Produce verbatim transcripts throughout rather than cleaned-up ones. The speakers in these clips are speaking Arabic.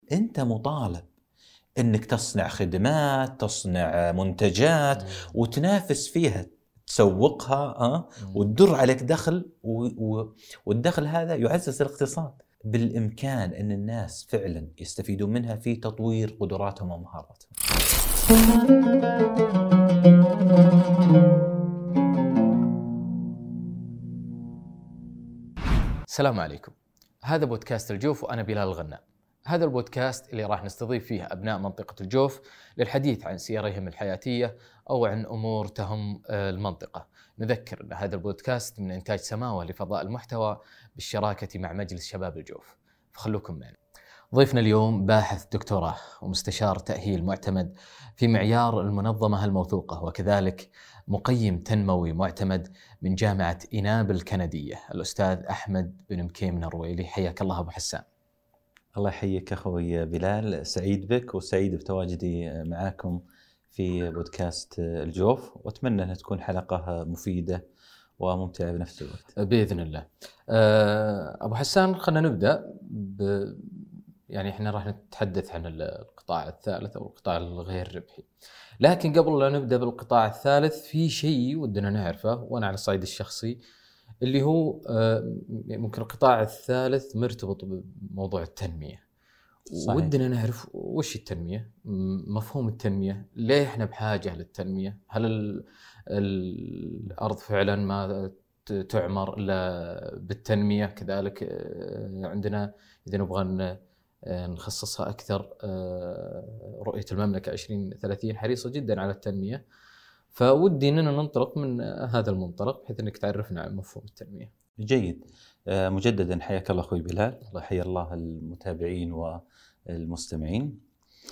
أنت مطالب أنك تصنع خدمات، تصنع منتجات وتنافس فيها، تسوقها أه؟ وتدر عليك دخل، والدخل هذا يعزز الاقتصاد. بالإمكان أن الناس فعلا يستفيدون منها في تطوير قدراتهم ومهاراتهم. السلام عليكم، هذا بودكاست الجوف وأنا بلال الغنام. هذا البودكاست اللي راح نستضيف فيه أبناء منطقة الجوف للحديث عن سيرهم الحياتية أو عن أمور تهم المنطقة. نذكر أن هذا البودكاست من إنتاج سماوة لفضاء المحتوى بالشراكة مع مجلس شباب الجوف، فخلوكم معنا. ضيفنا اليوم باحث دكتوراه ومستشار تأهيل معتمد في معيار المنظمة الموثوقة، وكذلك مقيم تنموي معتمد من جامعة إناب الكندية، الأستاذ أحمد بن مكيم نرويلي. حياك الله أبو حسان. الله يحييك أخوي بلال، سعيد بك وسعيد بتواجدي معاكم في بودكاست الجوف، وأتمنى أنها تكون حلقة مفيدة وممتعة بنفس الوقت بإذن الله. أبو حسان، خلنا نبدأ ب... يعني إحنا راح نتحدث عن القطاع الثالث أو القطاع الغير ربحي، لكن قبل لا نبدأ بالقطاع الثالث في شيء ودنا نعرفه، وأنا على الصعيد الشخصي، اللي هو ممكن القطاع الثالث مرتبط بموضوع التنمية. صحيح. ودنا نعرف وش التنمية، مفهوم التنمية، ليه إحنا بحاجة للتنمية؟ هل الأرض فعلا ما تعمر إلا بالتنمية؟ كذلك عندنا إذا نبغى نخصصها أكثر رؤية المملكة عشرين ثلاثين حريصة جدا على التنمية، فودي أننا ننطلق من هذا المنطلق بحيث أنك تعرفنا عن مفهوم التنمية. جيد. مجددا حياك الله أخوي بلال، الله حيا الله المتابعين والمستمعين.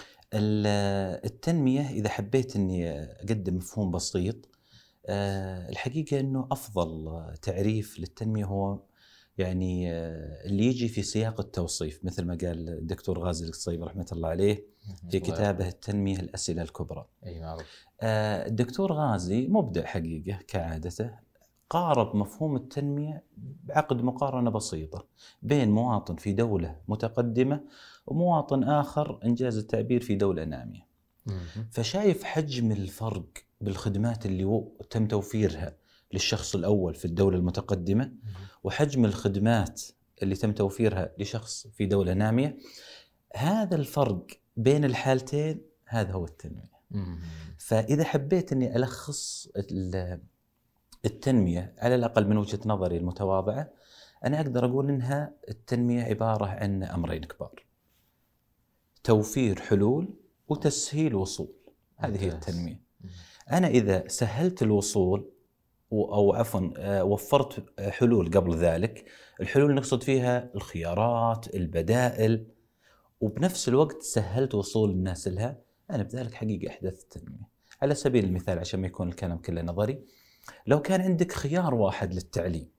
التنمية إذا حبيت أني أقدم مفهوم بسيط، الحقيقة أنه أفضل تعريف للتنمية هو يعني اللي يجي في سياق التوصيف، مثل ما قال الدكتور غازي القصيبي رحمة الله عليه في كتابه التنمية الأسئلة الكبرى. الدكتور غازي مبدع حقيقة كعادته، قارب مفهوم التنمية بعقد مقارنة بسيطة بين مواطن في دولة متقدمة ومواطن آخر إنجاز التعبير في دولة نامية. فشايف حجم الفرق بالخدمات اللي تم توفيرها للشخص الأول في الدولة المتقدمة وحجم الخدمات اللي تم توفيرها لشخص في دولة نامية. هذا الفرق بين الحالتين هذا هو التنمية. فإذا حبيت أني ألخص التنمية على الأقل من وجهة نظري المتواضعة، أنا أقدر أقول إنها التنمية عبارة عن أمرين كبار: توفير حلول وتسهيل وصول. هذه هي التنمية. أنا إذا سهلت الوصول أو عفوا وفرت حلول قبل ذلك، الحلول نقصد فيها الخيارات، البدائل، وبنفس الوقت سهلت وصول الناس لها، أنا بذلك حقيقة أحدث التنمية. على سبيل المثال عشان ما يكون الكلام كله نظري، لو كان عندك خيار واحد للتعليم،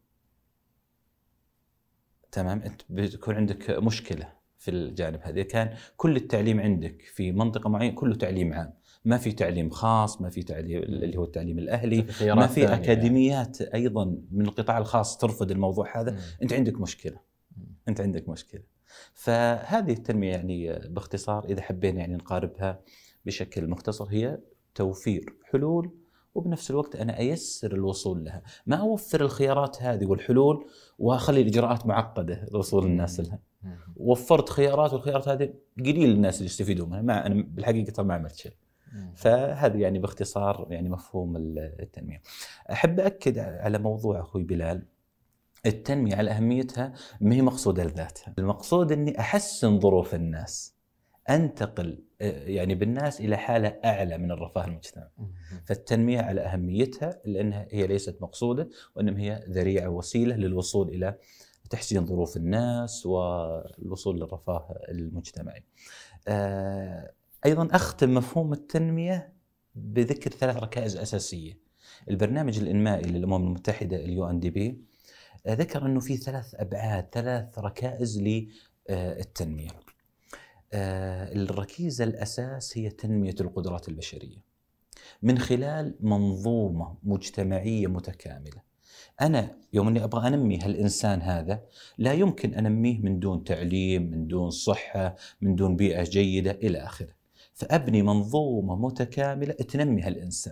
تمام، أنت بتكون عندك مشكلة في الجانب هذا، كان كل التعليم عندك في منطقة معينة كله تعليم عام، ما في تعليم خاص، ما في تعليم اللي هو التعليم الأهلي، ما في أكاديميات يعني أيضا من القطاع الخاص ترفض الموضوع هذا، م. أنت عندك مشكلة، أنت عندك مشكلة. فهذه التنمية يعني باختصار إذا حبينا يعني نقاربها بشكل مختصر، هي توفير حلول وبنفس الوقت أنا أيسر الوصول لها، ما أوفر الخيارات هذه والحلول وأخلي الإجراءات معقدة لوصول الناس لها. وفرت خيارات والخيارات هذه قليل الناس اللي يستفيدوا منها، ما أنا بالحقيقة ما عملت شيء. فهذا يعني باختصار يعني مفهوم التنمية. أحب أكد على موضوع أخوي بلال، التنمية على أهميتها ما هي مقصودة لذاتها، المقصود أني أحسن ظروف الناس، أنتقل يعني بالناس إلى حالة أعلى من الرفاه المجتمعي. فالتنمية على أهميتها لأنها هي ليست مقصودة، وإنما هي ذريعة وسيلة للوصول إلى تحسين ظروف الناس والوصول للرفاه المجتمعي. أيضا أختم مفهوم التنمية بذكر ثلاث ركائز أساسية. البرنامج الإنمائي للأمم المتحدة اليو إن دي بي ذكر أنه في ثلاث أبعاد، ثلاث ركائز للتنمية. الركيزة الأساس هي تنمية القدرات البشرية من خلال منظومة مجتمعية متكاملة أنا يوم أني أبغى أنمي هالإنسان هذا لا يمكن أنميه من دون تعليم، من دون صحة، من دون بيئة جيدة إلى آخره. فأبني منظومة متكاملة تنمي هالإنسان.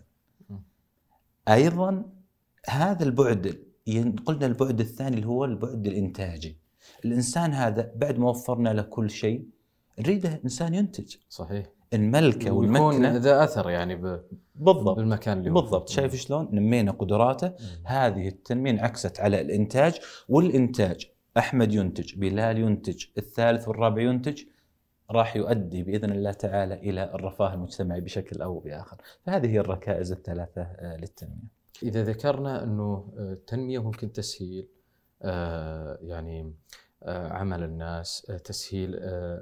أيضا هذا البعد ينقلنا البعد الثاني اللي هو البعد الإنتاجي. الإنسان هذا بعد ما وفرنا له كل شيء نريده إنسان ينتج. صحيح. الملكة والمكنة ذا أثر يعني ب... بالضبط بالمكان اللي بالضبط. شايف شلون نمينا قدراته؟ هذه التنمية انعكست على الإنتاج، والإنتاج أحمد ينتج، بلال ينتج، الثالث والرابع ينتج، راح يؤدي بإذن الله تعالى إلى الرفاه المجتمعي بشكل أو بآخر. فهذه هي الركائز الثلاثة للتنمية. إذا ذكرنا أنه التنمية ممكن تسهيل يعني عمل الناس، تسهيل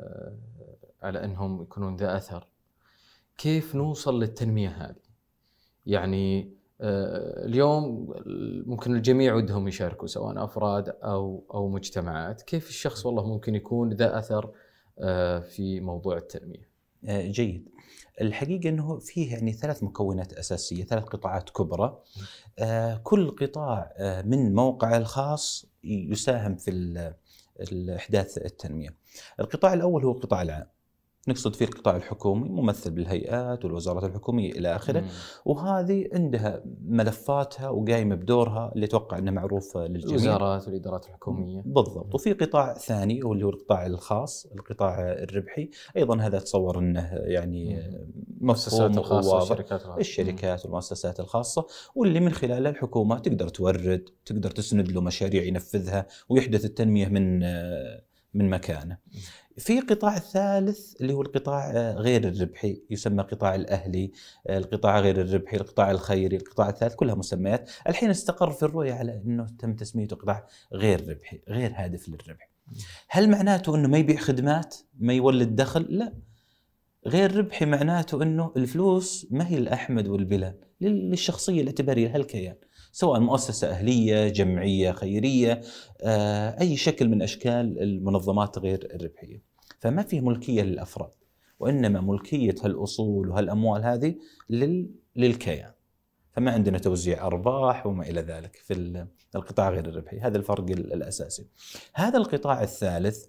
على أنهم يكونون ذا أثر، كيف نوصل للتنمية هذه؟ يعني اليوم ممكن الجميع ودهم يشاركوا سواء أفراد أو أو مجتمعات، كيف الشخص والله ممكن يكون ذا أثر في موضوع التنمية؟ جيد. الحقيقة أنه فيه يعني ثلاث مكونات أساسية، ثلاث قطاعات كبرى. كل قطاع من موقعه الخاص يساهم في إحداث التنمية. القطاع الأول هو القطاع العام، نقصد فيه القطاع الحكومي ممثل بالهيئات والوزارات الحكومية إلى آخره. مم. وهذه عندها ملفاتها وقايمة بدورها اللي أتوقع أنه معروف للجميع، الوزارات والإدارات الحكومية. بالضبط. مم. وفي قطاع ثاني واللي هو القطاع الخاص، القطاع الربحي، أيضا هذا أتصور أنه يعني مؤسسات الخاصة والشركات الخاصة. الشركات والمؤسسات الخاصة، واللي من خلالها الحكومة تقدر تورد، تقدر تسند له مشاريع ينفذها ويحدث التنمية من من مكانه. في قطاع ثالث اللي هو القطاع غير الربحي، يسمى قطاع الأهلي، القطاع غير الربحي، القطاع الخيري، القطاع الثالث، كلها مسميات. الحين استقر في الرؤية على أنه تم تسميته قطاع غير ربحي، غير هادف للربح. هل معناته أنه ما يبيع خدمات، ما يولد دخل؟ لا. غير ربحي معناته أنه الفلوس ما هي الأحمد والبلال، للشخصية الاعتبارية هالكيان، سواء مؤسسة أهلية، جمعية خيرية، أي شكل من أشكال المنظمات غير الربحية. فما فيه ملكية للأفراد، وإنما ملكية هالأصول وهالأموال هذه للكيان. فما عندنا توزيع أرباح وما إلى ذلك في القطاع غير الربحي. هذا الفرق الأساسي. هذا القطاع الثالث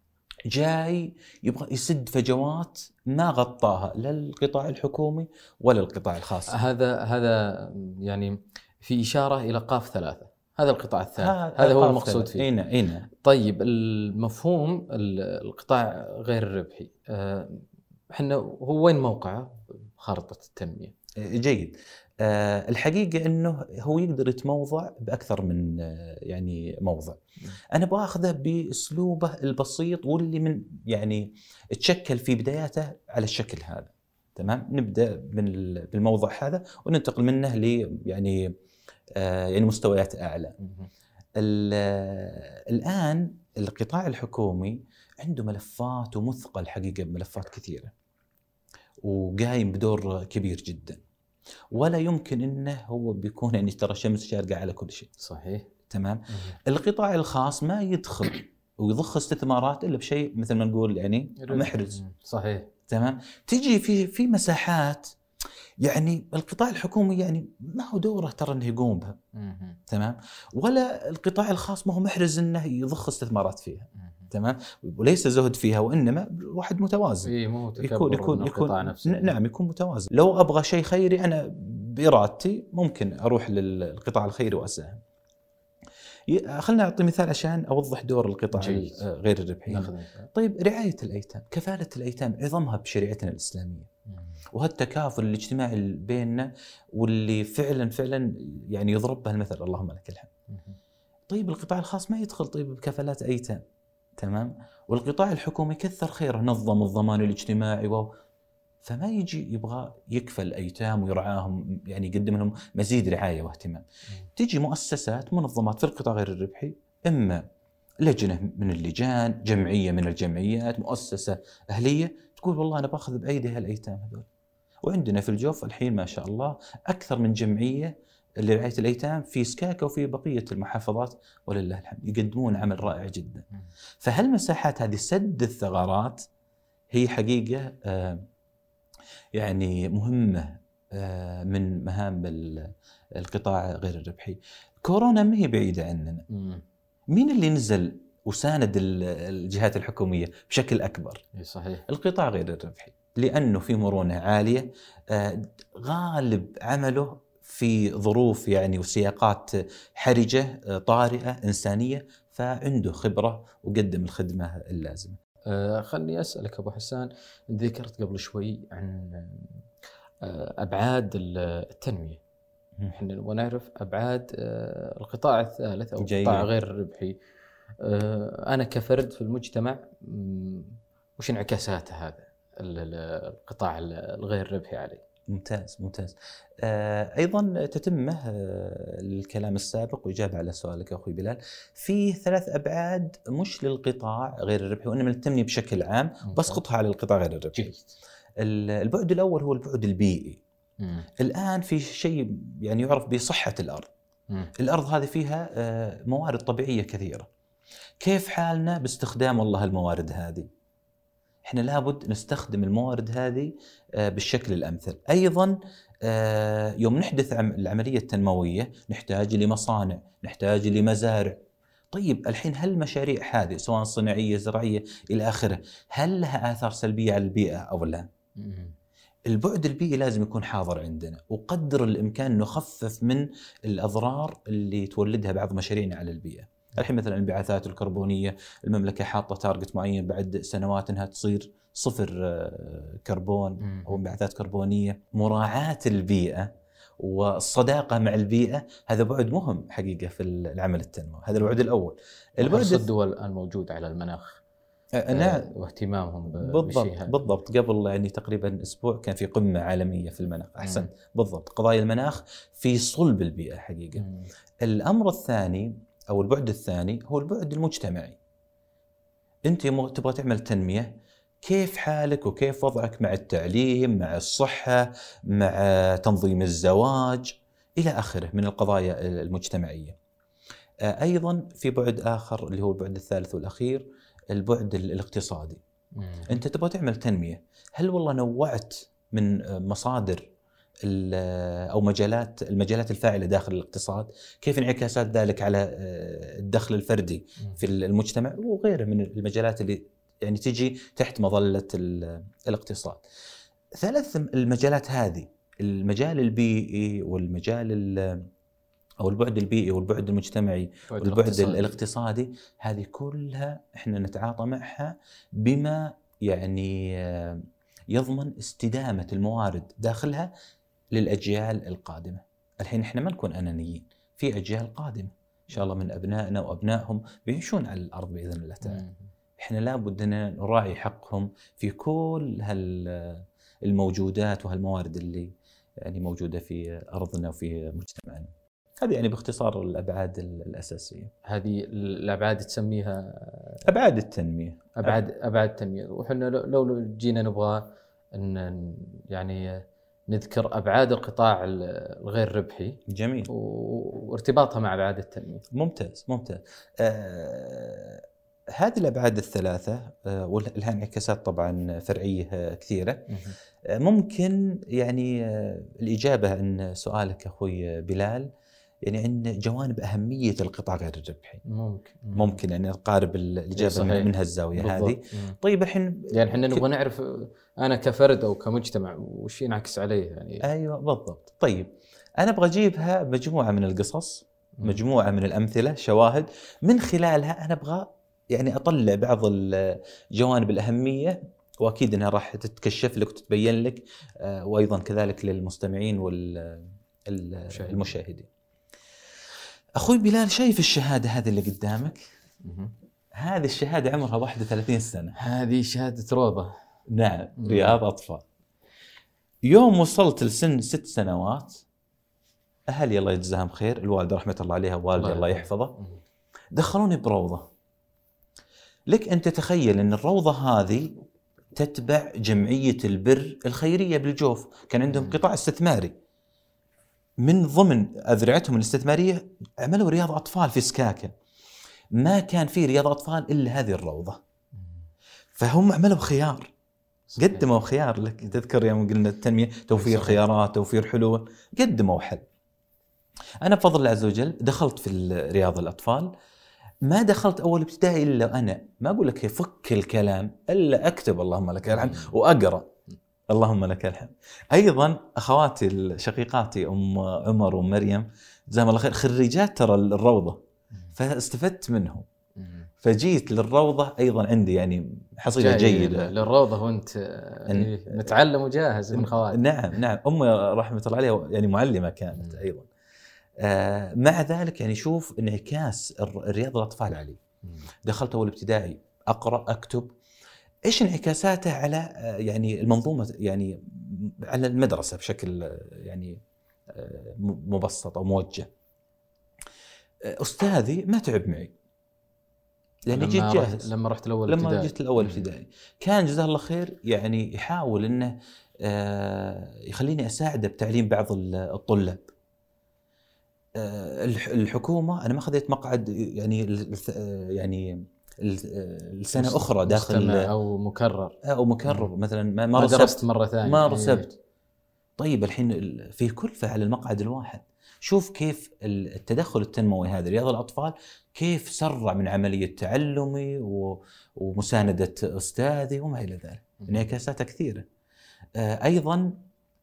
جاي يبغى يسد فجوات ما غطاها لا القطاع الحكومي ولا القطاع الخاص. هذا هذا يعني في إشارة إلى قاف ثلاثة، هذا القطاع الثالث، هذا هو المقصود فيه. إينا إينا. طيب المفهوم القطاع غير الربحي احنا هو وين موقعه خارطة التنمية؟ جيد. أه الحقيقة أنه هو يقدر يتموضع بأكثر من أه يعني موضع. أنا بأخذه بأسلوبه البسيط واللي من يعني تشكل في بداياته على الشكل هذا. تمام. نبدأ من بالموضع هذا وننتقل منه ل يعني أه يعني مستويات أعلى. الآن القطاع الحكومي عنده ملفات ومثقل حقيقة بملفات كثيرة وقايم بدور كبير جدا، ولا يمكن انه هو بيكون يعني ترى شمس شارقة على كل شيء. صحيح. تمام. مم. القطاع الخاص ما يدخل ويضخ استثمارات الا بشيء مثل ما نقول يعني محرز. صحيح. تمام. تجي في في مساحات يعني القطاع الحكومي يعني ما هو دوره ترى انه يقوم بها. مم. تمام. ولا القطاع الخاص ما هو محرز انه يضخ استثمارات فيها. مم. تمام. وليس زهد فيها، وانما واحد متوازن. إيه مو يكون يكون يكون نعم يكون متوازن. لو ابغى شيء خيري انا بارادتي ممكن اروح للقطاع الخيري واساهم. خلنا نعطي مثال عشان اوضح دور القطاع غير الربحي. طيب رعايه الايتام، كفاله الايتام عظمها بشريعتنا الاسلاميه، وهالتكافل الاجتماعي بيننا واللي فعلا فعلا يعني يضرب بها المثل، اللهم لك الحمد. طيب القطاع الخاص ما يدخل طيب بكفالات ايتام. تمام. والقطاع الحكومي كثر خيره، نظم الضمان الاجتماعي و... فما يجي يبغى يكفل ايتام ويرعاهم، يعني يقدم لهم مزيد رعايه واهتمام. م. تجي مؤسسات منظمات في القطاع غير الربحي، اما لجنه من اللجان، جمعيه من الجمعيات، مؤسسه اهليه، تقول والله انا باخذ بايدي هالايتام هذول. وعندنا في الجوف الحين ما شاء الله اكثر من جمعيه لرعاية الأيتام في سكاكا وفي بقية المحافظات ولله الحمد، يقدمون عمل رائع جدا. فهالمساحات هذه سد الثغرات هي حقيقة آه يعني مهمة آه من مهام القطاع غير الربحي. كورونا ما هي بعيدة عننا. م. مين اللي نزل وساند الجهات الحكومية بشكل أكبر؟ صحيح. القطاع غير الربحي، لأنه في مرونة عالية، غالب عمله في ظروف يعني وسياقات حرجة طارئة إنسانية، فعنده خبرة وقدم الخدمة اللازمة. أه خلني أسألك أبو حسان، ذكرت قبل شوي عن أبعاد التنمية. احنا ونعرف أبعاد القطاع الثالث أو القطاع غير الربحي. أنا كفرد في المجتمع وش انعكاسات هذا القطاع الغير ربحي علي؟ ممتاز ممتاز. آه أيضا تتمه آه الكلام السابق وإجابة على سؤالك أخوي بلال. في ثلاث أبعاد مش للقطاع غير الربحي، وإنما التنمية بشكل عام، بسقطها على القطاع غير الربحي. البعد الأول هو البعد البيئي. مم. الآن في شيء يعني يعرف بصحة الأرض. مم. الأرض هذه فيها آه موارد طبيعية كثيرة. كيف حالنا باستخدام والله الموارد هذه؟ احنا لابد نستخدم الموارد هذه بالشكل الأمثل. أيضا يوم نحدث العملية التنموية نحتاج لمصانع، نحتاج لمزارع. طيب الحين هل المشاريع هذه سواء صناعية زراعية إلى آخره هل لها آثار سلبية على البيئة أو لا؟ البعد البيئي لازم يكون حاضر عندنا، وقدر الإمكان نخفف من الأضرار اللي تولدها بعض مشاريعنا على البيئة. الحين مثلا الانبعاثات الكربونية، المملكة حاطة تارجت معين بعد سنوات انها تصير صفر كربون او انبعاثات كربونية. مراعاة البيئة والصداقة مع البيئة هذا بعد مهم حقيقة في العمل التنموي. هذا البعد الأول. البعد الدول الموجودة على المناخ نعم واهتمامهم بالضبط بالضبط. قبل يعني تقريبا أسبوع كان في قمة عالمية في المناخ. أحسن بالضبط، قضايا المناخ في صلب البيئة حقيقة. مم. الأمر الثاني أو البعد الثاني هو البعد المجتمعي. أنت تبغى تعمل تنمية، كيف حالك وكيف وضعك مع التعليم، مع الصحة، مع تنظيم الزواج إلى آخره من القضايا المجتمعية. أيضا في بعد آخر اللي هو البعد الثالث والأخير، البعد الاقتصادي. مم. أنت تبغى تعمل تنمية، هل والله نوعت من مصادر أو مجالات المجالات الفاعلة داخل الاقتصاد؟ كيف انعكاسات ذلك على الدخل الفردي في المجتمع وغيره من المجالات اللي يعني تجي تحت مظلة الاقتصاد. ثلاث المجالات هذه، المجال البيئي والمجال أو البعد البيئي والبعد المجتمعي والبعد الاقتصادي. الاقتصادي، هذه كلها احنا نتعاطى معها بما يعني يضمن استدامة الموارد داخلها للأجيال القادمة. الحين احنا ما نكون أنانيين، في أجيال قادمة إن شاء الله من أبنائنا وأبنائهم بيعيشون على الأرض بإذن الله تعالى. احنا لابد أن نراعي حقهم في كل هالموجودات وهالموارد اللي يعني موجودة في أرضنا وفي مجتمعنا. هذه يعني باختصار الأبعاد الأساسية. هذه الأبعاد تسميها أبعاد التنمية. أبعاد أبعاد التنمية. وحنا لو جينا نبغى أن يعني نذكر أبعاد القطاع الغير ربحي. جميل. وارتباطها مع أبعاد التنمية. ممتاز ممتاز. آه هذه الأبعاد الثلاثة آه ولها انعكاسات طبعا فرعية كثيرة. آه ممكن يعني آه الإجابة عن سؤالك أخوي بلال يعني عن جوانب أهمية القطاع غير الربحي. ممكن ممكن يعني نقارب الإجابة من, من هالزاوية بالضبط. هذه. طيب الحين يعني احنا نبغى نعرف أنا كفرد أو كمجتمع وش ينعكس عليه يعني. أيوة بالضبط. طيب أنا أبغى أجيبها مجموعة من القصص، مجموعة من الأمثلة، شواهد من خلالها أنا أبغى يعني أطلع بعض الجوانب الأهمية، وأكيد أنها راح تتكشف لك وتتبين لك وأيضا كذلك للمستمعين والمشاهدين. أخوي بلال، شايف الشهادة هذه اللي قدامك؟ مه. هذه الشهادة عمرها واحد وثلاثين سنة. هذه شهادة روضة. نعم، رياض أطفال. يوم وصلت لسن ست سنوات أهلي الله يجزاهم خير، الوالدة رحمة الله عليها والدي الله, الله يحفظه، دخلوني بروضة. لك أن تتخيل أن الروضة هذه تتبع جمعية البر الخيرية بالجوف، كان عندهم قطاع استثماري من ضمن أذرعتهم الاستثمارية عملوا رياض أطفال في سكاكة. ما كان في رياض أطفال إلا هذه الروضة، فهم عملوا خيار، قدموا خيار. لك تذكر يوم قلنا التنمية توفير خيارات، توفير حلول، قدموا حل. أنا بفضل الله عز وجل دخلت في رياض الأطفال، ما دخلت أول ابتدائي إلا أنا ما أقول لك فك الكلام إلا أكتب اللهم لك الحمد وأقرأ اللهم لك الحمد. أيضا أخواتي شقيقاتي أم عمر ومريم جزاهم الله خير خريجات ترى الروضة، فاستفدت منهم، فجيت للروضة أيضا عندي يعني حصيلة جيدة للروضة وأنت متعلم وجاهز من خواتي. نعم نعم أمي رحمة الله عليها يعني معلمة كانت أيضا. آه مع ذلك يعني شوف انعكاس الرياض الأطفال علي. دخلت أول ابتدائي أقرأ أكتب، إيش انعكاساته على آه يعني المنظومة، يعني على المدرسة بشكل آه يعني آه مبسط أو موجه. آه أستاذي ما تعب معي لأني جيت جاهز. لما رحت الأول ابتدائي، لما جيت الأول ابتدائي كان جزاه الله خير يعني يحاول إنه آه يخليني أساعده بتعليم بعض الطلاب. الحكومة أنا ما أخذت مقعد يعني يعني السنة أخرى داخل أو مكرر أو مكرر مم. مثلا ما, ما درست مرة ثانية ما رسبت. طيب الحين في كلفة على المقعد الواحد. شوف كيف التدخل التنموي هذا رياض الأطفال كيف سرع من عملية تعلمي ومساندة أستاذي وما إلى ذلك. انعكاساتها كثيرة. أيضا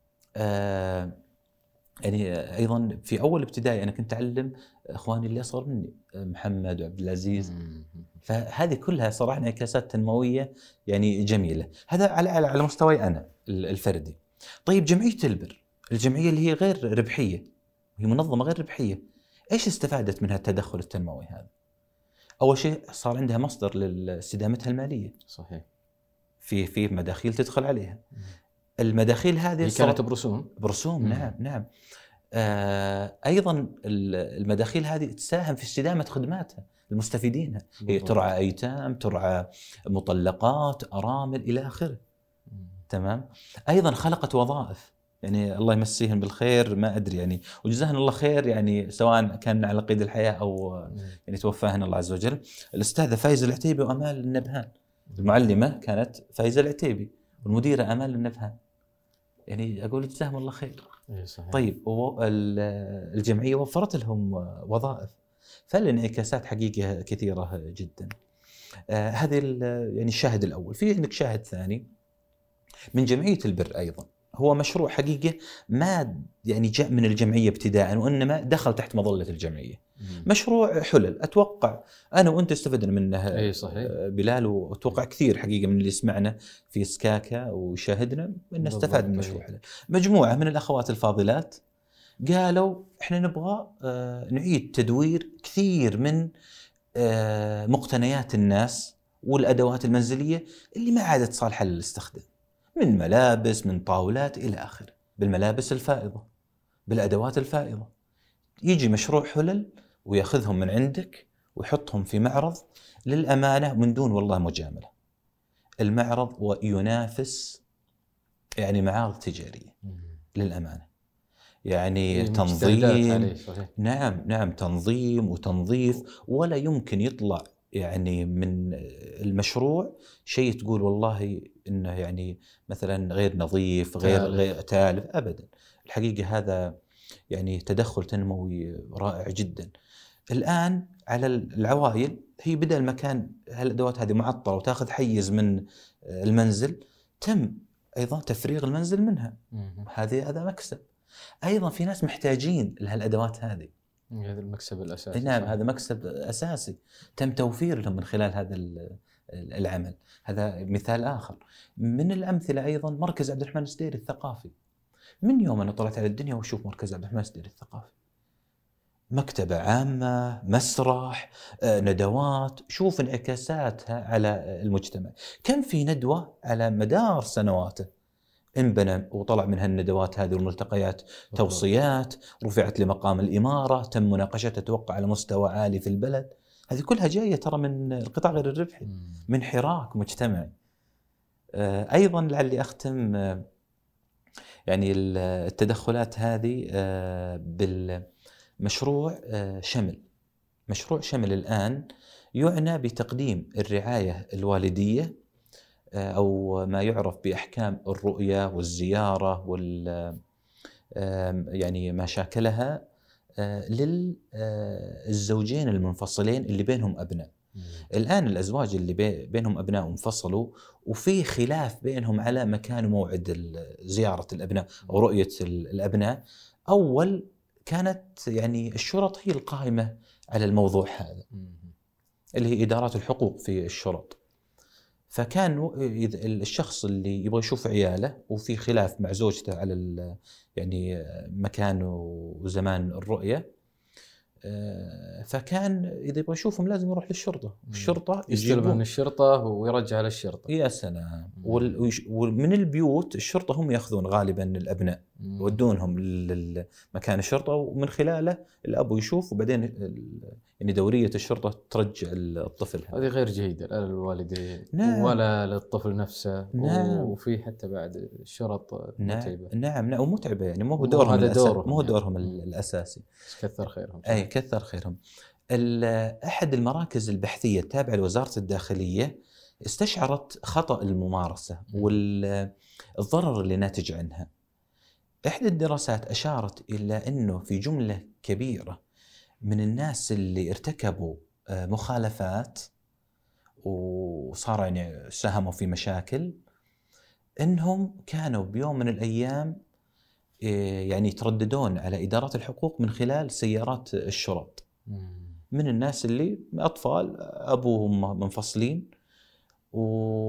يعني أيضا في أول ابتدائي أنا كنت أعلم إخواني اللي أصغر مني محمد وعبد العزيز، فهذه كلها صراحة انعكاسات تنموية يعني جميلة. هذا على على مستوى أنا الفردي. طيب جمعية البر، الجمعية اللي هي غير ربحية، هي منظمة غير ربحية، إيش استفادت منها التدخل التنموي هذا؟ أول شيء صار عندها مصدر لاستدامتها المالية. صحيح. في في مداخيل تدخل عليها. المداخيل هذه هي كانت برسوم برسوم. نعم نعم. آه أيضا المداخيل هذه تساهم في استدامة خدماتها المستفيدين. هي ترعى أيتام، ترعى مطلقات، أرامل إلى آخره. تمام. أيضا خلقت وظائف، يعني الله يمسيهم بالخير ما أدري يعني وجزاهن الله خير، يعني سواء كان على قيد الحياة أو يعني توفاهن الله عز وجل. الأستاذة فايزة العتيبي وأمال النبهان، المعلمة كانت فايزة العتيبي والمديرة أمال النبهان، يعني أقول جزاهم الله خير. صحيح. طيب الجمعية وفرت لهم وظائف، فالانعكاسات حقيقة كثيرة جدا. آه هذا يعني الشاهد الأول. في عندك شاهد ثاني من جمعية البر أيضا، هو مشروع حقيقة ما يعني جاء من الجمعية ابتداء وإنما دخل تحت مظلة الجمعية. مم. مشروع حلل، أتوقع أنا وأنت استفدنا منه. أي صحيح. بلال، وأتوقع كثير حقيقة من اللي يسمعنا في سكاكا وشاهدنا إنه استفاد من مشروع حلل. مجموعة من الأخوات الفاضلات قالوا إحنا نبغى نعيد تدوير كثير من مقتنيات الناس والأدوات المنزلية اللي ما عادت صالحة للاستخدام، من ملابس، من طاولات إلى آخره، بالملابس الفائضة، بالأدوات الفائضة. يجي مشروع حلل ويأخذهم من عندك ويحطهم في معرض للأمانة من دون والله مجاملة. المعرض وينافس يعني معارض تجارية للأمانة، يعني تنظيم. نعم نعم تنظيم وتنظيف، ولا يمكن يطلع يعني من المشروع شيء تقول والله إنه يعني مثلا غير نظيف، غير غير تالف أبدا. الحقيقة هذا يعني تدخل تنموي رائع جدا. الآن على العوائل، هي بدأ المكان هالأدوات هذه معطلة وتأخذ حيز من المنزل، تم أيضا تفريغ المنزل منها. هذه هذا مكسب. أيضا في ناس محتاجين لهالأدوات هذه، هذا المكسب الأساسي. نعم هذا مكسب أساسي تم توفير لهم من خلال هذا العمل. هذا مثال آخر من الأمثلة. أيضا مركز عبد الرحمن السديري الثقافي، من يوم أنا طلعت على الدنيا وشوف مركز عبد الرحمن السديري الثقافي، مكتبة عامة، مسرح، ندوات، شوف انعكاساتها على المجتمع. كم في ندوة على مدار سنواته انبنى وطلع من هالندوات هذه والملتقيات توصيات رفعت لمقام الإمارة، تم مناقشتها توقع على مستوى عالي في البلد. هذه كلها جاية ترى من القطاع غير الربحي، من حراك مجتمعي. أيضا لعلي أختم يعني التدخلات هذه بالمشروع شمل. مشروع شمل الآن يعنى بتقديم الرعاية الوالدية أو ما يعرف بأحكام الرؤية والزيارة وال يعني ما شاكلها للزوجين المنفصلين اللي بينهم أبناء. مم. الآن الأزواج اللي بينهم أبناء انفصلوا وفي خلاف بينهم على مكان وموعد زيارة الأبناء أو رؤية الأبناء، أول كانت يعني الشرط هي القائمة على الموضوع هذا، مم. اللي هي إدارات الحقوق في الشرط. فكان الشخص اللي يبغى يشوف عياله وفي خلاف مع زوجته على يعني مكان وزمان الرؤية، فكان إذا يبغى يشوفهم لازم يروح للشرطة. الشرطة يستلم من الشرطة ويرجع للشرطة. يا سلام. ومن البيوت الشرطة هم يأخذون غالبا الأبناء يودونهم لمكان الشرطة، ومن خلاله الأب يشوف، وبعدين يعني دورية الشرطة ترجع الطفل. هذه غير جيدة لا للوالدين نعم. ولا للطفل نفسه. نعم. وفي حتى بعد الشرط متعبة. نعم نعم ومتعبة، يعني مو هو دورهم الأساسي، مو هو دورهم يعني. الأساسي. كثر خيرهم. أي كثر خيرهم. أحد المراكز البحثية التابعة لوزارة الداخلية استشعرت خطأ الممارسة والضرر اللي ناتج عنها. إحدى الدراسات أشارت إلى أنه في جملة كبيرة من الناس اللي ارتكبوا مخالفات وصار يعني ساهموا في مشاكل، إنهم كانوا بيوم من الأيام يعني يترددون على إدارات الحقوق من خلال سيارات الشرط. من الناس اللي أطفال أبوهم منفصلين و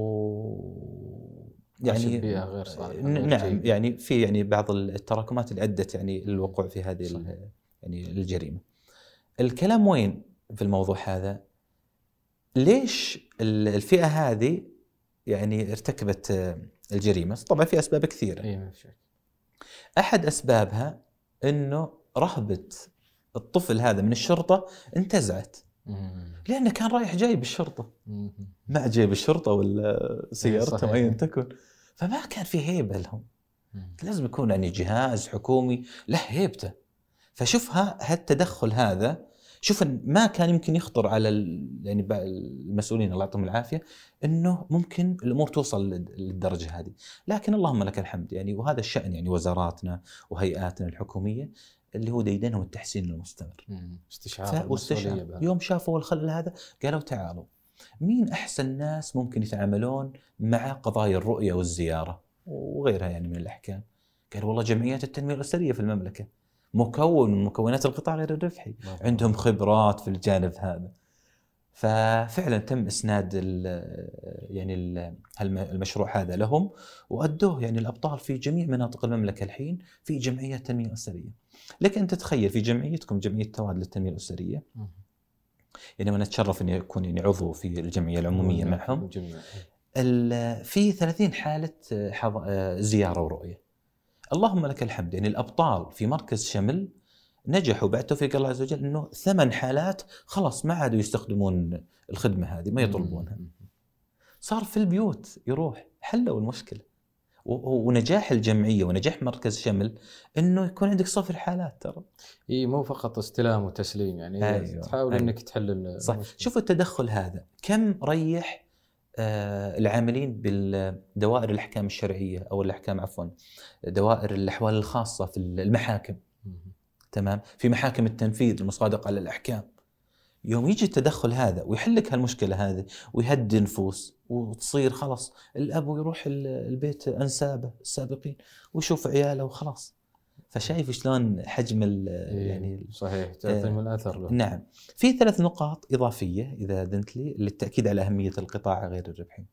يعني بيئة غير صالحة. نعم يعني في يعني بعض التراكمات اللي أدت يعني الوقوع في هذه يعني الجريمة. الكلام وين في الموضوع هذا؟ ليش الفئة هذه يعني ارتكبت الجريمة؟ طبعا في أسباب كثيرة. أحد أسبابها إنه رهبة الطفل هذا من الشرطة انتزعت، لأنه كان رايح جاي بالشرطة، ما جاي بالشرطة ولا سيارته أيا تكن، فما كان في هيبة لهم. لازم يكون يعني جهاز حكومي له هيبته. فشوفها هالتدخل هذا، شوف ما كان يمكن يخطر على يعني المسؤولين الله يعطيهم العافية إنه ممكن الأمور توصل للدرجة هذه، لكن اللهم لك الحمد يعني، وهذا الشأن يعني وزاراتنا وهيئاتنا الحكومية اللي هو ديدنهم التحسين المستمر. استشعار المسؤولية. يوم شافوا الخلل هذا قالوا تعالوا مين أحسن ناس ممكن يتعاملون مع قضايا الرؤية والزيارة وغيرها يعني من الأحكام؟ قالوا والله جمعيات التنمية الأسرية في المملكة مكون من مكونات القطاع غير الربحي، عندهم خبرات في الجانب هذا. ففعلا تم إسناد ال يعني ال المشروع هذا لهم، وأدوه يعني الأبطال في جميع مناطق المملكة الحين في جمعيات تنمية أسرية. لك أن تتخيل في جمعيتكم جمعية تواد للتنمية الأسرية، يعني أنا أتشرف أني أكون يعني عضو في الجمعية العمومية معهم. في ثلاثين حالة زيارة ورؤية، اللهم لك الحمد. يعني الأبطال في مركز شمل نجحوا بعد توفيق الله عز وجل إنه ثمان حالات خلاص ما عادوا يستخدمون الخدمة هذه، ما يطلبونها، صار في البيوت يروح، حلوا المشكلة. ونجاح الجمعية ونجاح مركز شمل إنه يكون عندك صفر حالات. ترى إيه مو فقط استلام وتسليم يعني. أيوة. تحاول أيوة. إنك تحل صح. شوف التدخل هذا كم ريح آه العاملين بالدوائر الأحكام الشرعية أو الأحكام عفوا دوائر الأحوال الخاصة في المحاكم. تمام. في محاكم التنفيذ المصادقة على الأحكام، يوم يجي التدخل هذا ويحلك هالمشكلة هذه ويهدي نفوس، وتصير خلاص الأب يروح البيت أنسابه السابقين ويشوف عياله وخلاص. فشايف شلون حجم ال يعني صحيح تعطي من الأثر له. نعم. في ثلاث نقاط إضافية إذا أذنت لي للتأكيد على أهمية القطاع غير الربحي.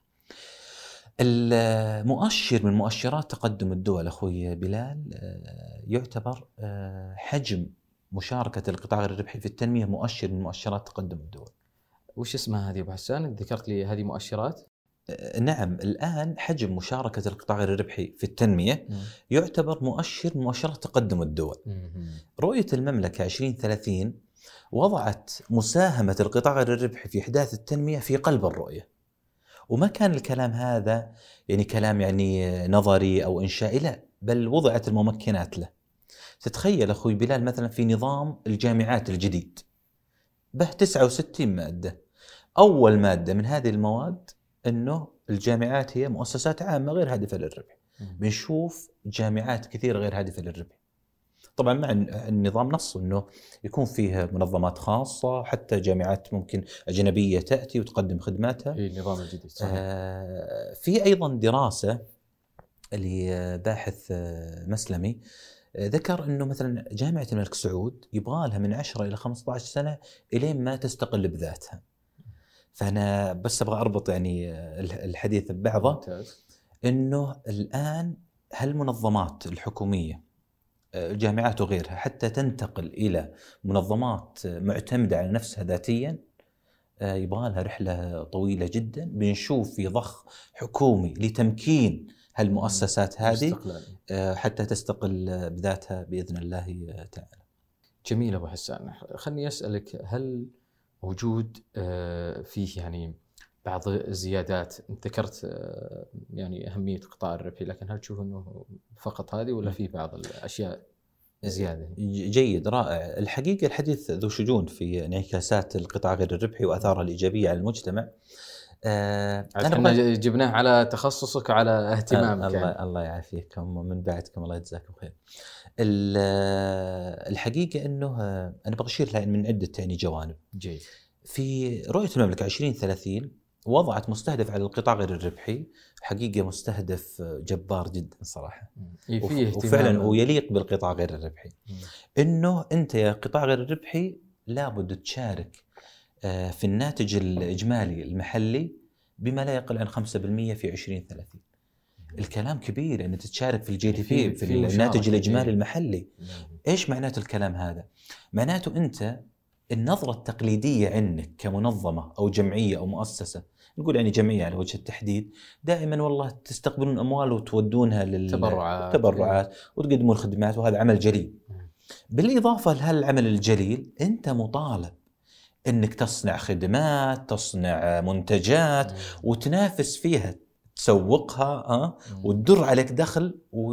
المؤشر من مؤشرات تقدم الدول أخوي بلال يعتبر حجم مشاركة القطاع غير الربحي في التنمية مؤشر من مؤشرات تقدم الدول. وش اسمها هذه أبو حسان؟ ذكرت لي هذه مؤشرات. نعم الآن حجم مشاركة القطاع غير الربحي في التنمية م. يعتبر مؤشر من مؤشرات تقدم الدول. م. رؤية المملكة عشرين ثلاثين وضعت مساهمة القطاع غير الربحي في إحداث التنمية في قلب الرؤية، وما كان الكلام هذا يعني كلام يعني نظري أو إنشائي، لا بل وضعت الممكنات له. تتخيل أخوي بلال مثلا في نظام الجامعات الجديد به تسعة وستين مادة، أول مادة من هذه المواد أنه الجامعات هي مؤسسات عامة غير هادفة للربح. بنشوف جامعات كثيرة غير هادفة للربح. طبعا مع النظام نص أنه يكون فيه منظمات خاصة، حتى جامعات ممكن أجنبية تأتي وتقدم خدماتها. في النظام الجديد صحيح. آه في أيضا دراسة لباحث مسلمي ذكر أنه مثلا جامعة الملك سعود يبغى لها من عشرة إلى خمسة عشر سنة إلين ما تستقل بذاتها. فأنا بس أبغى أربط يعني الحديث ببعضه، أنه الآن هالمنظمات الحكومية الجامعات وغيرها حتى تنتقل إلى منظمات معتمدة على نفسها ذاتيا يبغى لها رحلة طويلة جدا. بنشوف في ضخ حكومي لتمكين هالمؤسسات هذه حتى تستقل بذاتها بإذن الله تعالى. جميل أبو حسان، خلني أسألك، هل موجود فيه يعني بعض الزيادات؟ انت ذكرت يعني أهمية قطاع الربحي، لكن هل تشوف أنه فقط هذه ولا في بعض الأشياء زيادة؟ جيد، رائع. الحقيقة الحديث ذو شجون في انعكاسات القطاع غير الربحي وآثارها الإيجابية على المجتمع. آه أنا جبناه على تخصصك وعلى اهتمامك. الله يعني. الله يعافيكم ومن بعدكم، الله يجزاكم خير. الحقيقة أنه أنا بشير لها من عدة يعني جوانب. جيد. في رؤية المملكة عشرين ثلاثين وضعت مستهدف على القطاع غير الربحي، حقيقة مستهدف جبار جدا صراحة، وفعلا ويليق بالقطاع غير الربحي. إنه أنت يا قطاع غير الربحي لابد تشارك في الناتج الإجمالي المحلي بما لا يقل عن خمسة بالمئة في عشرين ثلاثين. الكلام كبير أن تتشارك في الجي دي بي في, في الناتج الإجمالي المحلي. إيش معناته الكلام هذا؟ معناته أنت النظرة التقليدية عنك كمنظمة أو جمعية أو مؤسسة، نقول يعني جمعية على وجه التحديد، دائما والله تستقبلون أموال وتودونها للتبرعات تبرعات وتقدمون خدمات، وهذا عمل جليل. بالإضافة لهالعمل الجليل أنت مطالب أنك تصنع خدمات، تصنع منتجات وتنافس فيها، تسوقها أه؟ وتدر عليك دخل،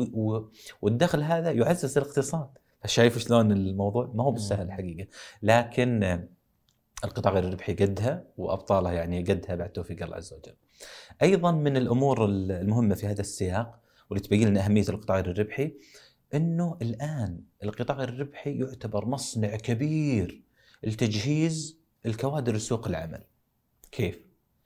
والدخل هذا يعزز الاقتصاد. شايف شلون الموضوع ما هو بالسهل الحقيقة، لكن القطاع غير الربحي قدها وأبطالها يعني قدها بعد توفيق الله عز وجل. أيضا من الأمور المهمة في هذا السياق واللي تبين لنا أهمية القطاع غير الربحي، أنه الآن القطاع غير الربحي يعتبر مصنع كبير لتجهيز الكوادر لسوق العمل. كيف؟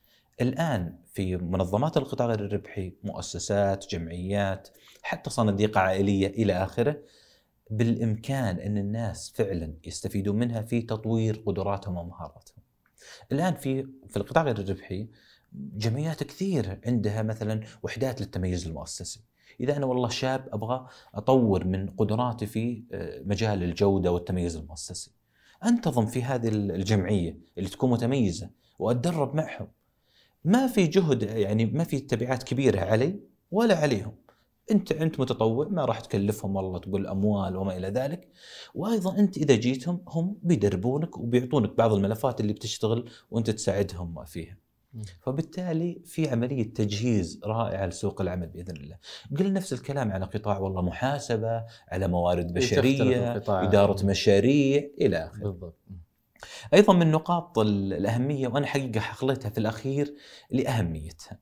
الآن في منظمات القطاع غير الربحي، مؤسسات، جمعيات، حتى صناديق عائلية إلى آخره، بالإمكان أن الناس فعلا يستفيدون منها في تطوير قدراتهم ومهاراتهم. الآن في في القطاع غير الربحي جمعيات كثير عندها مثلا وحدات للتميز المؤسسي. إذا أنا والله شاب أبغى أطور من قدراتي في مجال الجودة والتميز المؤسسي، أنتظم في هذه الجمعية اللي تكون متميزة وأتدرب معهم. ما في جهد يعني ما في تبعات كبيرة علي ولا عليهم. أنت أنت متطوع، ما راح تكلفهم والله تقول أموال وما إلى ذلك. وأيضا أنت إذا جيتهم هم بيدربونك وبيعطونك بعض الملفات اللي بتشتغل وأنت تساعدهم فيها. فبالتالي في عملية تجهيز رائعة لسوق العمل بإذن الله. قل نفس الكلام على قطاع والله محاسبة، على موارد بشرية، إدارة مشاريع إلى آخره. بالضبط. أيضا من نقاط الأهمية، وأنا حقيقة حقلتها في الأخير لأهميتها،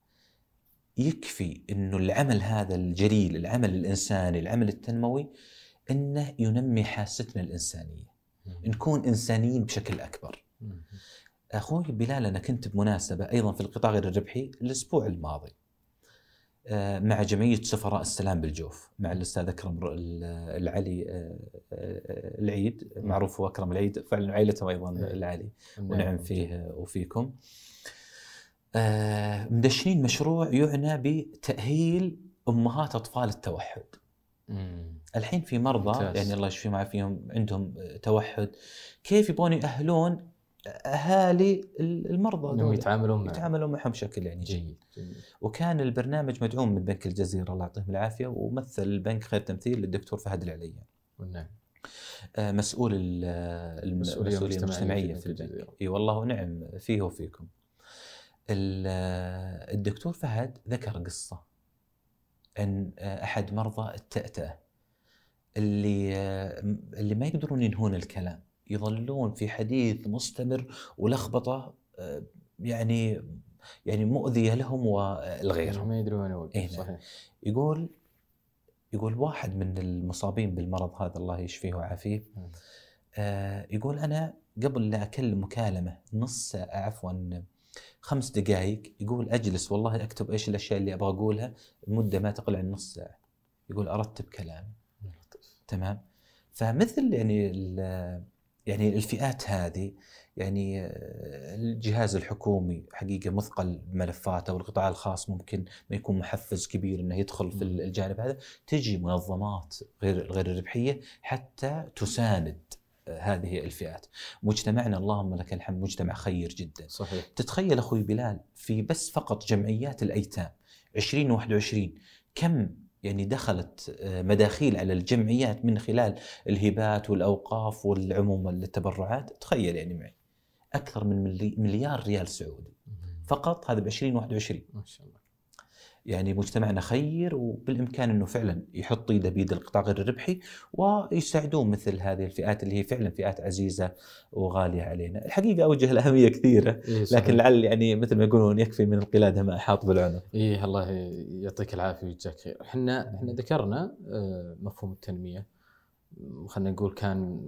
يكفي إنه العمل هذا الجليل، العمل الإنساني، العمل التنموي، إنه ينمي حاستنا الإنسانية، نكون إنسانيين بشكل أكبر. أخوي بلال، أنا كنت بمناسبة أيضا في القطاع غير الربحي الأسبوع الماضي مع جمعية سفراء السلام بالجوف، مع الأستاذ أكرم العلي العيد، معروف هو أكرم العيد، فعلا عائلته أيضا العلي ونعم فيه وفيكم. مدشنين مشروع يعنى بتأهيل أمهات أطفال التوحد. مم. الحين في مرضى ممتاز. يعني الله يشفيهم ويعافيهم عندهم توحد، كيف يبغون يأهلون أهالي المرضى إنهم يتعاملون يتعاملون معهم بشكل يعني جيد. جيد. وكان البرنامج مدعوم من بنك الجزيرة الله يعطيهم العافية، ومثل البنك خير تمثيل للدكتور فهد العليان. نعم. مسؤول المسؤولية المجتمعية في البنك. اي والله نعم فيه وفيكم. الدكتور فهد ذكر قصة عن أحد مرضى التأتأة اللي اللي ما يقدرون ينهون الكلام، يظلون في حديث مستمر ولخبطة يعني يعني مؤذية لهم والغير، ما يدرون وين. صحيح. يقول يقول واحد من المصابين بالمرض هذا الله يشفيه ويعافيه آه يقول أنا قبل لا أكلم مكالمة نص ساعة عفوا خمس دقائق يقول أجلس والله أكتب إيش الأشياء اللي أبغى أقولها المدة ما تقل عن نص ساعة. يقول أرتب كلامي. تمام. فمثل يعني يعني الفئات هذه يعني الجهاز الحكومي حقيقة مثقل بملفاته والقطاع الخاص ممكن ما يكون محفز كبير إنه يدخل في الجانب هذا. تجي منظمات غير غير الربحية حتى تساند هذه الفئات. مجتمعنا اللهم لك الحمد مجتمع خير جدا. صحيح. تتخيل أخوي بلال في بس فقط جمعيات الأيتام عشرين وواحد وعشرين كم يعني دخلت مداخيل على الجمعيات من خلال الهبات والأوقاف والعموم التبرعات. تخيل يعني معي أكثر من مليار ريال سعودي فقط هذا بعشرين واحد وعشرين. ما شاء الله. يعني مجتمعنا خير وبالإمكان أنه فعلا يحط يده بيد القطاع غير الربحي ويساعدون مثل هذه الفئات اللي هي فعلا فئات عزيزة وغالية علينا. الحقيقة أوجه الأهمية كثيرة إيه لكن لعل يعني مثل ما يقولون يكفي من القلادة ما أحاط بالعنق. إيه الله يعطيك العافية ويجزاك خير. إحنا إحنا ذكرنا مفهوم التنمية خلينا نقول كان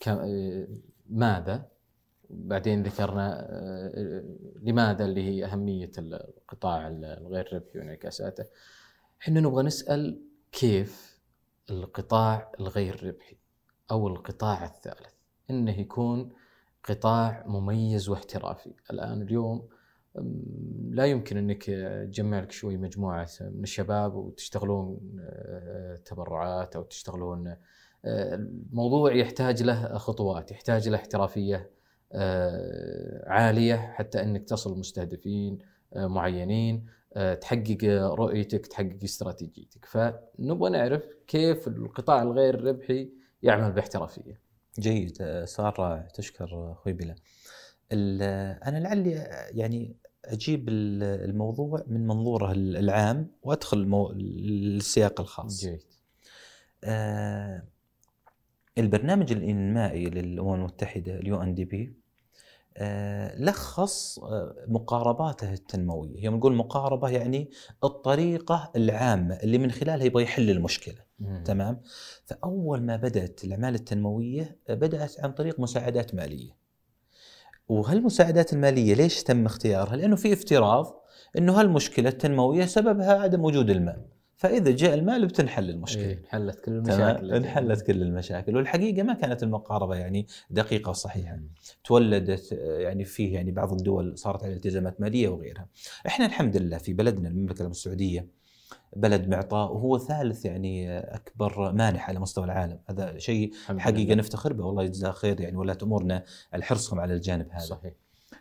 ماذا بعدين ذكرنا لماذا اللي هي أهمية القطاع الغير ربحي وانعكاساته. إحنا نبغى نسأل كيف القطاع الغير ربحي أو القطاع الثالث إنه يكون قطاع مميز واحترافي. الآن اليوم لا يمكن أنك تجمع لك شوي مجموعة من الشباب وتشتغلون تبرعات أو تشتغلون. الموضوع يحتاج له خطوات، يحتاج له احترافية عالية حتى أنك تصل مستهدفين معينين، تحقق رؤيتك، تحقق استراتيجيتك. فنبغى نعرف كيف القطاع الغير ربحي يعمل باحترافية. جيد، صار تشكر أخوي بلا. أنا لعلي يعني أجيب الموضوع من منظوره العام وأدخل مو... السياق الخاص. جيد. آه البرنامج الإنمائي للأمم المتحدة اليو إن دي بي آه لخص آه مقارباته التنموية. يوم نقول مقاربة يعني الطريقة العامة اللي من خلالها يبغى يحل المشكلة. مم. تمام. فأول ما بدأت الأعمال التنموية بدأت عن طريق مساعدات مالية. وهالمساعدات المالية ليش تم اختيارها؟ لأنه في افتراض أنه هالمشكلة التنموية سببها عدم وجود المال، فإذا جاء المال بتنحل المشكلة. إيه، انحلت كل المشاكل. انحلت كل المشاكل. والحقيقة ما كانت المقاربة يعني دقيقة وصحيحة. مم. تولدت يعني فيه يعني بعض الدول صارت على التزامات مالية وغيرها. إحنا الحمد لله في بلدنا المملكة العربية السعودية بلد معطاء وهو ثالث يعني أكبر مانح على مستوى العالم. هذا شيء حقيقة نفتخر به والله يجزاه خير يعني ولا أمورنا الحرصهم على الجانب هذا. صحيح.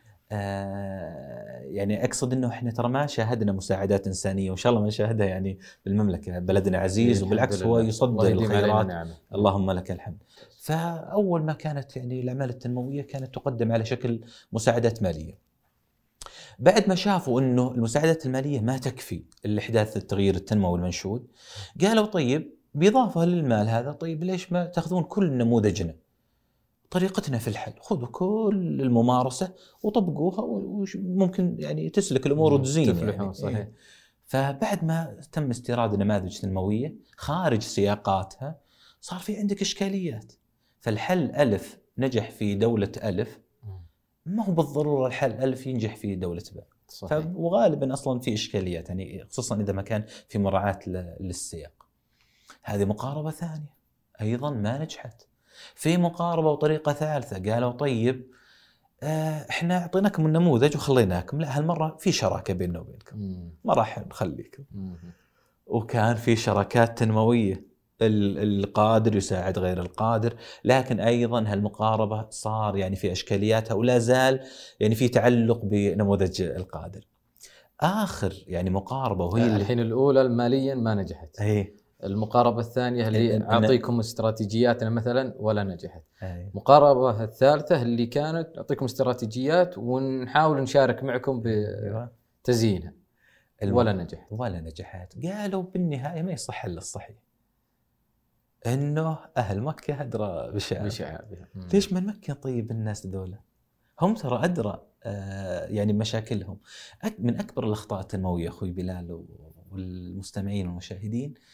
آه يعني أقصد إنه إحنا ترى ما شاهدنا مساعدات إنسانية وإن شاء الله ما نشاهدها يعني بالمملكة. بلدنا عزيز وبالعكس هو يصدر الخيرات. نعم. اللهم لك الحمد. فأول ما كانت يعني الأعمال التنموية كانت تقدم على شكل مساعدات مالية. بعد ما شافوا أنه المساعدات المالية ما تكفي لإحداث التغيير التنموي المنشود قالوا طيب بإضافة للمال هذا طيب ليش ما تأخذون كل نموذجنا طريقتنا في الحل، خذوا كل الممارسة وطبقوها وممكن يعني تسلك الأمور وتزين يعني. صحيح. فبعد ما تم استيراد نماذج تنموية خارج سياقاتها صار في عندك إشكاليات. فالحل ألف نجح في دولة ألف ما هو بالضرورة الحل ألف ينجح في دولة باء. وغالبا أصلا في إشكاليات يعني خصوصا إذا ما كان في مراعاة للسياق. هذه مقاربة ثانية أيضا ما نجحت. في مقاربة وطريقة ثالثة قالوا طيب آه إحنا أعطيناكم النموذج وخليناكم، لا هالمرة في شراكة بيننا وبينكم ما راح نخليكم. وكان في شراكات تنموية القادر يساعد غير القادر، لكن أيضا هالمقاربة صار يعني في إشكالياتها ولا زال يعني في تعلق بنموذج القادر. آخر يعني مقاربة وهي الحين الأولى ماليا ما نجحت. أي. المقاربة الثانية اللي أعطيكم استراتيجياتنا مثلا ولا نجحت. أي. مقاربة الثالثة اللي كانت أعطيكم استراتيجيات ونحاول نشارك معكم بتزيينها ولا نجحت. ولا نجحت. قالوا بالنهاية ما يصح إلا الصحيح إنه أهل مكة أدرى بشعابها. ليش من مكة طيب الناس ذولا هم ترى أدرى آه يعني مشاكلهم. من أكبر الأخطاء التنموية أخوي بلال والمستمعين والمشاهدين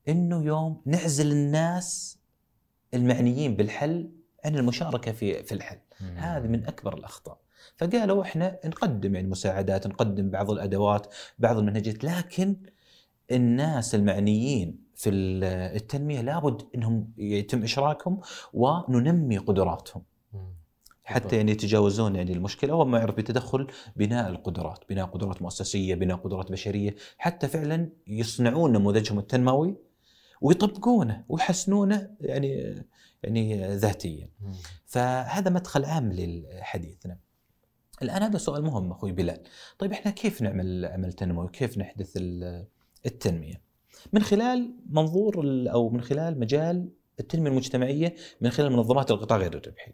إنه يوم نعزل الناس المعنيين بالحل عن المشاركة في في الحل. هذه من أكبر الأخطاء. فقالوا إحنا نقدم يعني مساعدات، نقدم بعض الأدوات، بعض المنهجات، لكن الناس المعنيين في التنمية لابد إنهم يتم إشراكهم وننمي قدراتهم حتى يعني يتجاوزون يعني المشكلة. وما يعرف بتدخل بناء القدرات، بناء قدرات مؤسسية، بناء قدرات بشرية، حتى فعلا يصنعون نموذجهم التنموي ويطبقونه ويحسنونه يعني يعني ذاتيا. فهذا مدخل عام للحديثنا. الآن هذا سؤال مهم أخوي بلال. طيب إحنا كيف نعمل عمل تنموي وكيف نحدث التنمية؟ من خلال منظور أو من خلال مجال التنمية المجتمعية، من خلال منظمات القطاع غير الربحي.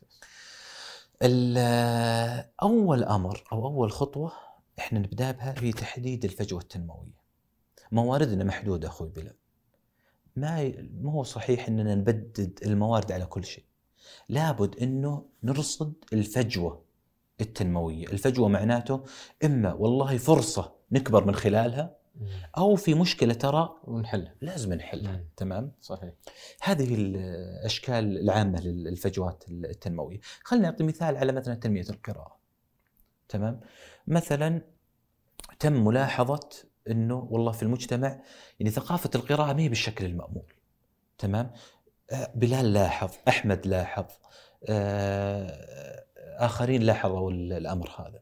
أول أمر أو أول خطوة إحنا نبدأ بها هي تحديد الفجوة التنموية. مواردنا محدودة أخوي بلال، ما ما هو صحيح إننا نبدد الموارد على كل شيء. لابد إنه نرصد الفجوة التنموية. الفجوة معناته إما والله فرصة نكبر من خلالها، أو في مشكلة ترى ونحلها، لازم نحلها. تمام، صحيح. هذه الأشكال العامة للفجوات التنموية. خلينا نعطي مثال على مثلا تنمية القراءة. تمام، مثلا تم ملاحظة إنه والله في المجتمع يعني ثقافة القراءة ما هي بالشكل المأمول. تمام، بلال لاحظ، أحمد لاحظ، آخرين لاحظوا الأمر هذا.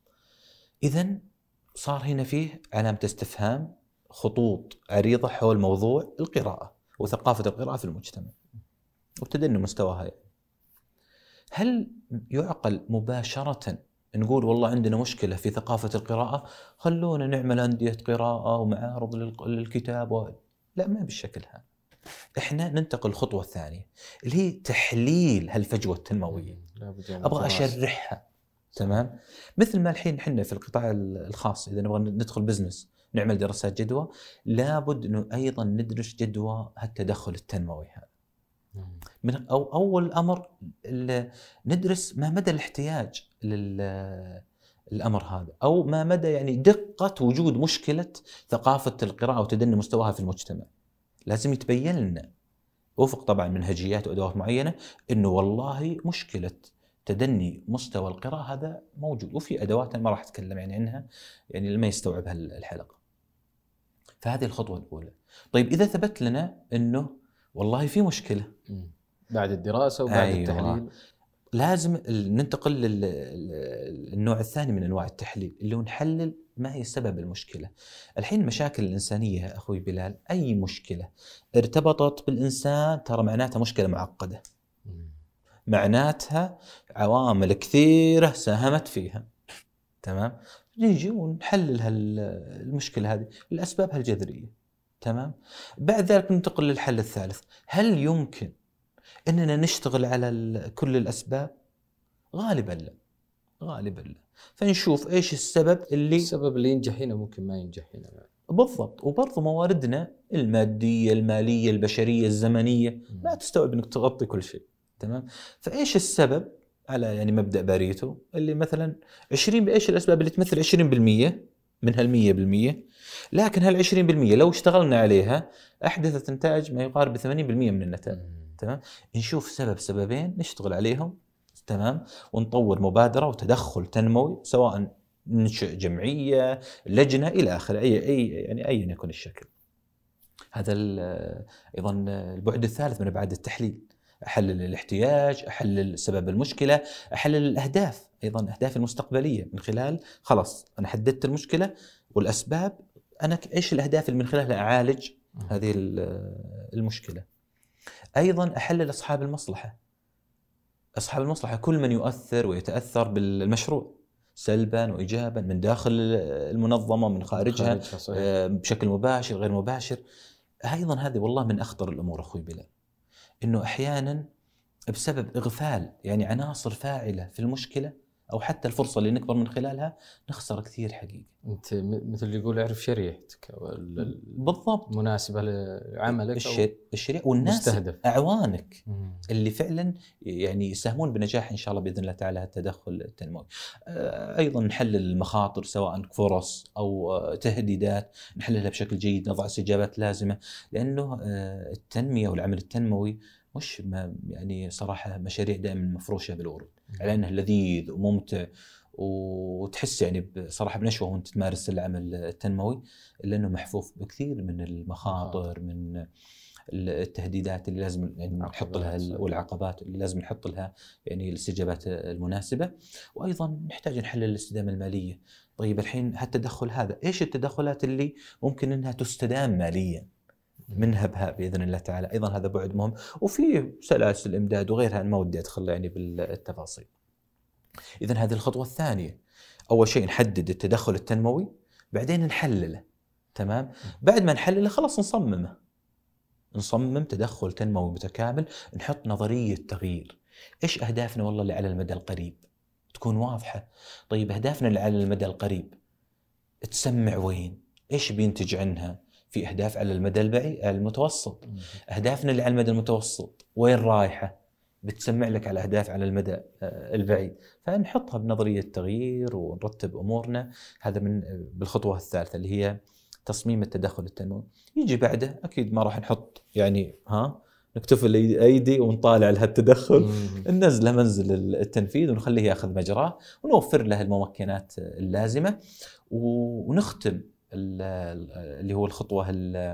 إذن صار هنا فيه علامة استفهام، خطوط عريضة حول موضوع القراءة وثقافة القراءة في المجتمع وتدني مستواها. يعني هل يعقل مباشرة نقول والله عندنا مشكلة في ثقافة القراءة، خلونا نعمل أندية قراءة ومعارض للكتاب و... لا، ما بالشكل هذا. إحنا ننتقل الخطوة الثانية اللي هي تحليل هالفجوة التنموية. أبغى أشرحها. تمام، مثل ما الحين إحنا في القطاع الخاص إذا نبغى ندخل بزنس نعمل دراسات جدوى، لابد إنه أيضا ندرس جدوى هالتدخل التنموي هذا. من أو أول أمر ندرس ما مدى الاحتياج للأمر هذا، أو ما مدى يعني دقة وجود مشكلة ثقافة القراءة وتدني مستواها في المجتمع. لازم يتبين لنا وفق طبعا منهجيات وأدوات معينة إنه والله مشكلة تدني مستوى القراءة هذا موجود، وفي أدوات ما راح أتكلم يعني عنها يعني لما يستوعبها الحلقة. فهذه الخطوة الأولى. طيب إذا ثبت لنا إنه والله في مشكلة بعد الدراسة وبعد أيوة. التحليل، لازم ننتقل للنوع الثاني من أنواع التحليل اللي هو نحلل ما هي سبب المشكلة. الحين المشاكل الإنسانية أخوي بلال، أي مشكلة ارتبطت بالإنسان ترى معناتها مشكلة معقدة، معناتها عوامل كثيرة ساهمت فيها. تمام، نيجي ونحلل هالمشكلة هذه، الأسباب هالجذرية. تمام، بعد ذلك ننتقل للحل الثالث. هل يمكن أننا نشتغل على كل الأسباب؟ غالبا لا، غالبا لا. فنشوف إيش السبب اللي السبب اللي ينجح هنا ممكن ما ينجح هنا. بالضبط. وبرضه مواردنا المادية، المالية، البشرية، الزمنية ما تستوعب أنك تغطي كل شيء. تمام، فإيش السبب على يعني مبدأ باريتو اللي مثلا عشرين بإيش الأسباب اللي تمثل عشرين بالمية من هالمية بالمية، لكن هالعشرين بالمية لو اشتغلنا عليها أحدثت إنتاج ما يقارب بثمانين بالمية من النتائج. تمام، نشوف سبب سببين نشتغل عليهم. تمام، ونطور مبادرة وتدخل تنموي، سواء ننشئ جمعية، لجنة، إلى آخره، أي أي يعني أيا يكن الشكل. هذا أيضا البعد الثالث من أبعاد التحليل. أحلل الاحتياج، أحلل سبب المشكلة، أحلل الأهداف، أيضا أهداف المستقبلية من خلال خلاص أنا حددت المشكلة والأسباب، أنا إيش الأهداف اللي من خلالها أعالج هذه المشكلة. أيضا أحلل أصحاب المصلحة. أصحاب المصلحة كل من يؤثر ويتأثر بالمشروع سلبا وإيجابا من داخل المنظمة ومن خارجها بشكل مباشر غير مباشر. أيضا هذه والله من أخطر الأمور أخوي بلال، إنه أحيانا بسبب إغفال يعني عناصر فاعلة في المشكلة أو حتى الفرصة اللي نكبر من خلالها نخسر كثير حقيقة. أنت مثل اللي يقول اعرف شريحتك بالضبط مناسبة لعملك الشر... الشريحة والناس مستهدف. أعوانك مم. اللي فعلا يعني يساهمون بنجاح إن شاء الله بإذن الله تعالى التدخل التنموي. أيضا نحلل المخاطر سواء فرص أو تهديدات نحللها بشكل جيد، نضع استجابات لازمة، لأنه التنمية والعمل التنموي مش ما يعني صراحة مشاريع دائما مفروشة بالورود، على أنه لذيذ وممتع وتحس يعني بصراحة بنشوة وانت تمارس العمل التنموي، لأنه محفوف بكثير من المخاطر، من التهديدات اللي لازم يعني نحط لها والعقبات اللي لازم نحط لها يعني الاستجابات المناسبة. وأيضا نحتاج نحلل الاستدامة المالية. طيب الحين هالتدخل هذا إيش التدخلات اللي ممكن أنها تستدام ماليا منها بها بإذن الله تعالى؟ أيضا هذا بعد مهم، وفي سلاسل الإمداد وغيرها ما ودي أدخل يعني بالتفاصيل. إذن هذه الخطوة الثانية، أول شيء نحدد التدخل التنموي، بعدين نحلله. تمام. بعد ما نحلله خلاص نصممه، نصمم تدخل تنموي متكامل، نحط نظرية تغيير. إيش أهدافنا والله اللي على المدى القريب تكون واضحة. طيب أهدافنا اللي على المدى القريب تسمع وين؟ إيش بينتج عنها؟ في أهداف على المدى البعيد المتوسط. أهدافنا اللي على المدى المتوسط وين رايحة؟ بتسمع لك على أهداف على المدى البعيد، فنحطها بنظرية تغيير ونرتب أمورنا. هذا من بالخطوة الثالثة اللي هي تصميم التدخل التنموي. يجي بعده أكيد ما راح نحط يعني ها نكتفل أيدي ونطالع لها التدخل، ننزله منزل التنفيذ ونخليه يأخذ مجراه ونوفر له الممكنات اللازمة، ونختم اللي هو الخطوة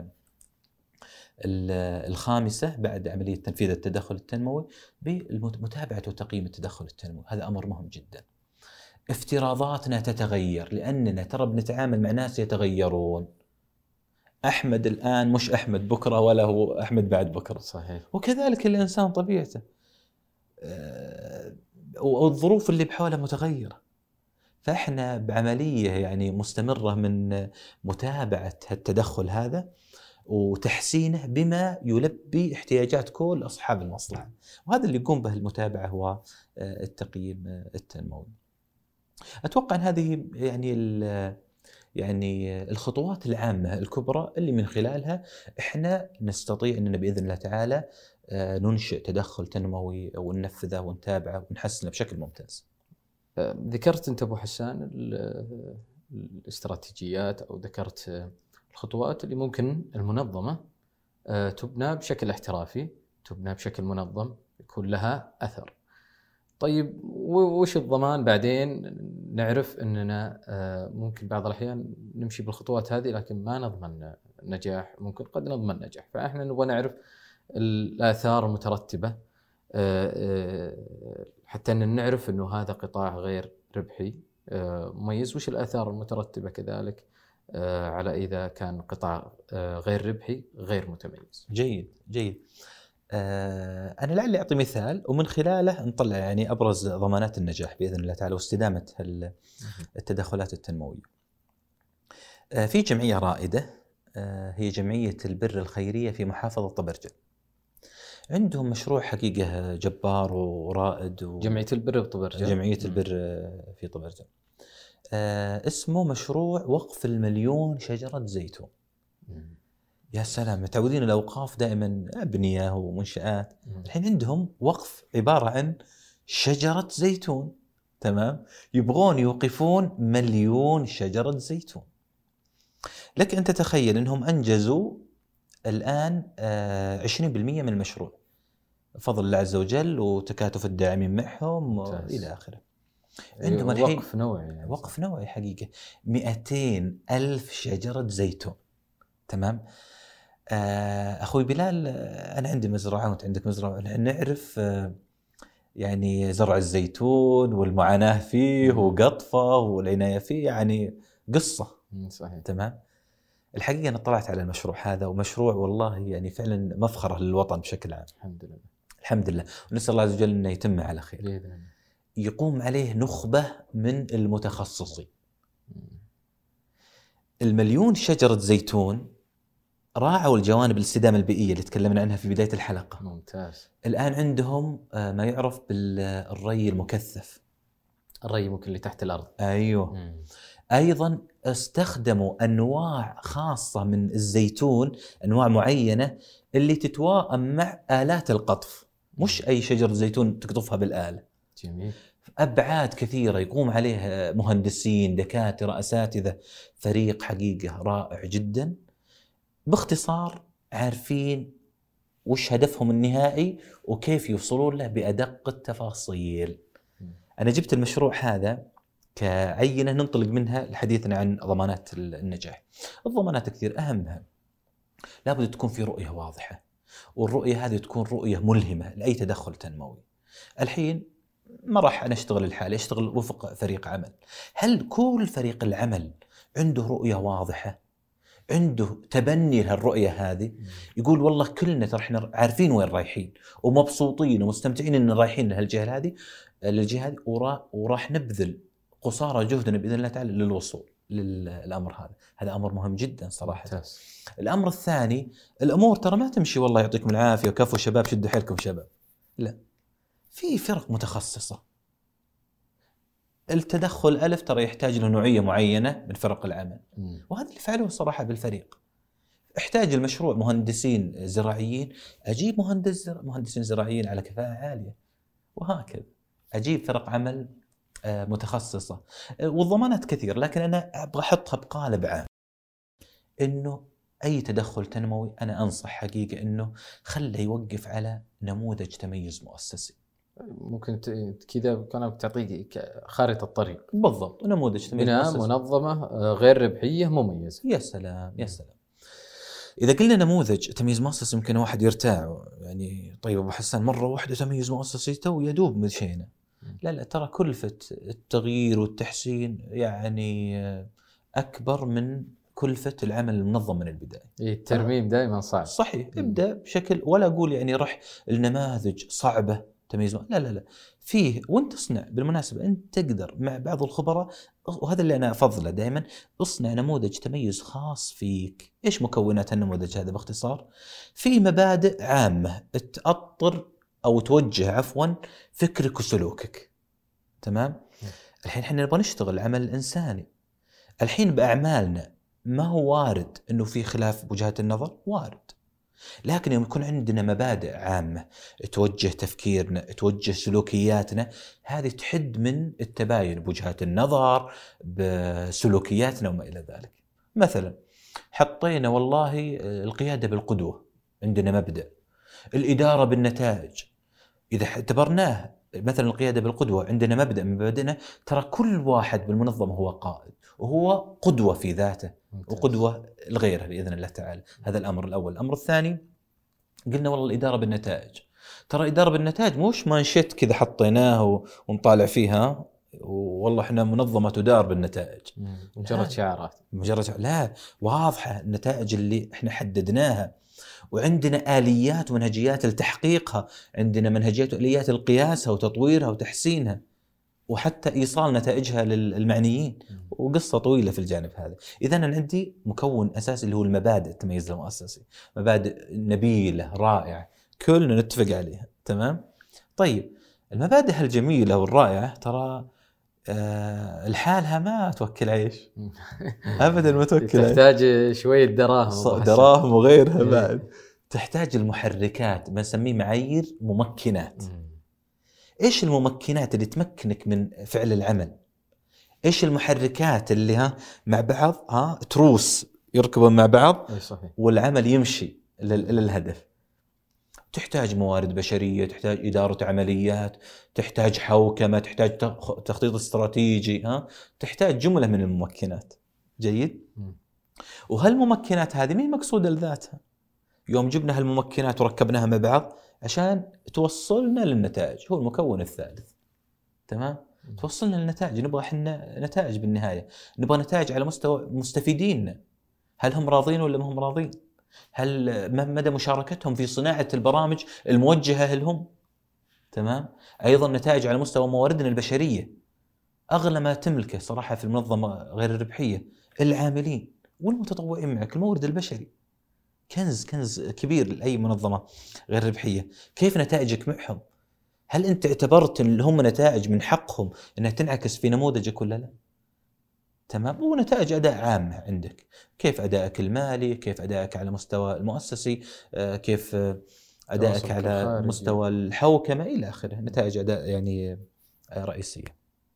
الخامسة بعد عملية تنفيذ التدخل التنموي بمتابعة وتقييم التدخل التنموي. هذا أمر مهم جدا. افتراضاتنا تتغير لأننا ترى بنتعامل مع ناس يتغيرون. أحمد الآن مش أحمد بكرة ولا هو أحمد بعد بكرة. صحيح. وكذلك الإنسان طبيعته والظروف اللي بحوله متغيرة، فإحنا بعملية يعني مستمرة من متابعة التدخل هذا وتحسينه بما يلبي احتياجات كل أصحاب المصلحة، وهذا اللي يقوم به المتابعة هو التقييم التنموي. أتوقع أن هذه يعني يعني الخطوات العامة الكبرى اللي من خلالها إحنا نستطيع أننا بإذن الله تعالى ننشئ تدخل تنموي وننفذه ونتابعه ونحسنه بشكل ممتاز. ذكرت أنت أبو حسان الاستراتيجيات أو ذكرت الخطوات اللي ممكن المنظمة تبنى بشكل احترافي، تبنى بشكل منظم، يكون لها أثر. طيب وش الضمان بعدين نعرف أننا ممكن بعض الأحيان نمشي بالخطوات هذه لكن ما نضمن نجاح، ممكن قد نضمن نجاح، فإحنا نبغى نعرف الآثار المترتبة حتى أن نعرف أنه هذا قطاع غير ربحي مميز. وش الآثار المترتبة كذلك على إذا كان قطاع غير ربحي غير متميز؟ جيد جيد. أنا لعلي أعطي مثال ومن خلاله نطلع يعني أبرز ضمانات النجاح بإذن الله تعالى واستدامة التدخلات التنموية. في جمعية رائدة هي جمعية البر الخيرية في محافظة طبرجل، عندهم مشروع حقيقة جبار ورائد و... جمعية البر بطبرجل. جمعية البر في طبرجل. اسمه مشروع وقف المليون شجرة زيتون. يا سلام، متعودين الأوقاف دائما أبنية ومنشآت، الحين عندهم وقف عبارة عن شجرة زيتون. تمام. يبغون يوقفون مليون شجرة زيتون. لك أن تتخيل أنهم أنجزوا الآن عشرين بالمئة من المشروع بفضل الله عز وجل وتكاتف الداعمين معهم إلى آخره. عندهم الحين وقف نوعي يعني. وقف نوعي حقيقة مئتين ألف شجرة زيتون. تمام. أخوي بلال، أنا عندي مزرعة وأنت عندك مزرعة، نعرف يعني زرع الزيتون والمعاناة فيه وقطفه والعناية فيه، يعني قصة. صحيح. تمام. الحقيقة أنا طلعت على المشروع هذا، ومشروع والله يعني فعلا مفخرة للوطن بشكل عام. الحمد لله. الحمد لله، ونسأل الله عز وجل أنه يتم على خير. بإذن الله. يقوم عليه نخبة من المتخصصين. المليون شجرة زيتون راعوا الجوانب الاستدامة البيئية اللي تكلمنا عنها في بداية الحلقة. ممتاز. الآن عندهم ما يعرف بالري المكثف، الري ممكن اللي تحت الأرض. أيوه. مم. أيضا استخدموا أنواع خاصة من الزيتون، أنواع معينة اللي تتواءم مع آلات القطف، مش أي شجرة زيتون تقطفها بالآلة. جميل. أبعاد كثيرة يقوم عليها مهندسين، دكاترة، أساتذة، فريق حقيقة رائع جدا. باختصار عارفين وش هدفهم النهائي وكيف يوصلون له بأدق التفاصيل. أنا جبت المشروع هذا كعينة ننطلق منها لحديثنا عن ضمانات النجاح. الضمانات كثير، أهمها لابد تكون في رؤية واضحة، والرؤية هذه تكون رؤية ملهمة لأي تدخل تنموي. الحين ما راح أنا أشتغل الحالة، أشتغل وفق فريق عمل. هل كل فريق العمل عنده رؤية واضحة؟ عنده تبني لهالرؤية هذه؟ يقول والله كلنا ترى احنا عارفين وين رايحين ومبسوطين ومستمتعين ان رايحين لهالجهة هذه للجهة هذه، وراح نبذل قصارى جهدنا بإذن الله تعالى للوصول للأمر هذا. هذا أمر مهم جدا صراحة. تس. الأمر الثاني، الأمور ترى ما تمشي والله يعطيكم العافية وكفوا شباب شدوا حيلكم شباب، لا، في فرق متخصصة. التدخل ألف ترى يحتاج له نوعية معينة من فرق العمل، وهذا اللي فعله صراحة بالفريق. احتاج المشروع مهندسين زراعيين، أجيب مهندس مهندسين زراعيين على كفاءة عالية، وهكذا أجيب فرق عمل متخصصة. والضمانات كثير، لكن أنا أبغى أحطها بقالب عام إنه أي تدخل تنموي أنا أنصح حقيقة إنه خله يوقف على نموذج تميز مؤسسي. ممكن كذا كانت تعطيك خارطة الطريق. بالضبط، نموذج تميز مؤسسي، بناء منظمة غير ربحية مميزة. يا سلام يا سلام. إذا قلنا نموذج تمييز مؤسسي يمكن واحد يرتاع، يعني طيب أبو حسن مرة واحدة تمييز مؤسسي تو يدوب مشينا. لا لا، ترى كلفة التغيير والتحسين يعني أكبر من كلفة العمل المنظم من البداية. الترميم دائما صعب. صحيح. ابدأ بشكل، ولا أقول يعني رح النماذج صعبة تمييز، لا لا لا، فيه. وانت اصنع بالمناسبة، انت تقدر مع بعض الخبراء، وهذا اللي أنا أفضله دائما، اصنع نموذج تميز خاص فيك. إيش مكونات النموذج هذا باختصار؟ في مبادئ عامة تأطر أو توجه عفوا فكرك وسلوكك. تمام؟ الحين احنا نبغى نشتغل عمل إنساني، الحين بأعمالنا ما هو وارد أنه في خلاف بوجهات النظر؟ وارد. لكن يوم يكون عندنا مبادئ عامة توجه تفكيرنا، توجه سلوكياتنا، هذه تحد من التباين بوجهات النظر، بسلوكياتنا وما إلى ذلك. مثلا حطينا والله القيادة بالقدوة، عندنا مبدأ. الإدارة بالنتائج، إذا اعتبرناه مثلا القيادة بالقدوة، عندنا مبدأ من مبادئنا، ترى كل واحد بالمنظمة هو قائد وهو قدوة في ذاته وقدوة لغيره بإذن الله تعالى. هذا الأمر الأول. الأمر الثاني، قلنا والله الإدارة بالنتائج. ترى الإدارة بالنتائج مش مانشيت كذا حطيناه ونطالع فيها والله احنا منظمة تدار بالنتائج، مجرد شعارات. مجرد شعارات. لا، واضحة النتائج اللي احنا حددناها، وعندنا آليات ومنهجيات لتحقيقها، عندنا منهجيات وآليات لقياسها وتطويرها وتحسينها وحتى إيصال نتائجها للمعنيين، وقصة طويلة في الجانب هذا. إذا أنا عندي مكون أساسي اللي هو المبادئ التمييز المؤسسي، مبادئ نبيلة رائعة كلنا نتفق عليها. تمام؟ طيب المبادئ الجميلة والرائعة ترى أه الحالها ما توكل عيش أبدا، ما توكل عيش، تحتاج شوية دراهم دراهم وغيرها بعد. تحتاج المحركات، ما نسميه معايير ممكنات. إيش الممكنات اللي تمكنك من فعل العمل؟ إيش المحركات اللي ها مع بعض ها تروس يركبون مع بعض والعمل يمشي للهدف؟ تحتاج موارد بشرية، تحتاج إدارة عمليات، تحتاج حوكمة، تحتاج تخطيط استراتيجي، ها تحتاج جملة من الممكنات. جيد؟ وهالممكنات هذه مين مقصودة لذاتها؟ يوم جبنا هالممكنات وركبناها مع بعض عشان توصلنا للنتائج، هو المكون الثالث. تمام؟ توصلنا للنتائج، نبغى احنا نتائج بالنهاية، نبغى نتائج على مستوى مستفيدين، هل هم راضين ولا ما هم راضين؟ هل مدى مشاركتهم في صناعة البرامج الموجهة لهم؟ تمام؟ أيضا نتائج على مستوى مواردنا البشرية، أغلى ما تملكه صراحة في المنظمة غير الربحية العاملين والمتطوعين معك، المورد البشري كنز كنز كبير لأي منظمة غير ربحية. كيف نتائجك معهم؟ هل أنت اعتبرت أن هم نتائج من حقهم أنها تنعكس في نموذجك ولا لا؟ تمام. ونتائج أداء عامة عندك، كيف أدائك المالي، كيف أدائك على مستوى المؤسسي، كيف أدائك على الخارجي. مستوى الحوكمة إلى آخره، نتائج أداء يعني رئيسية.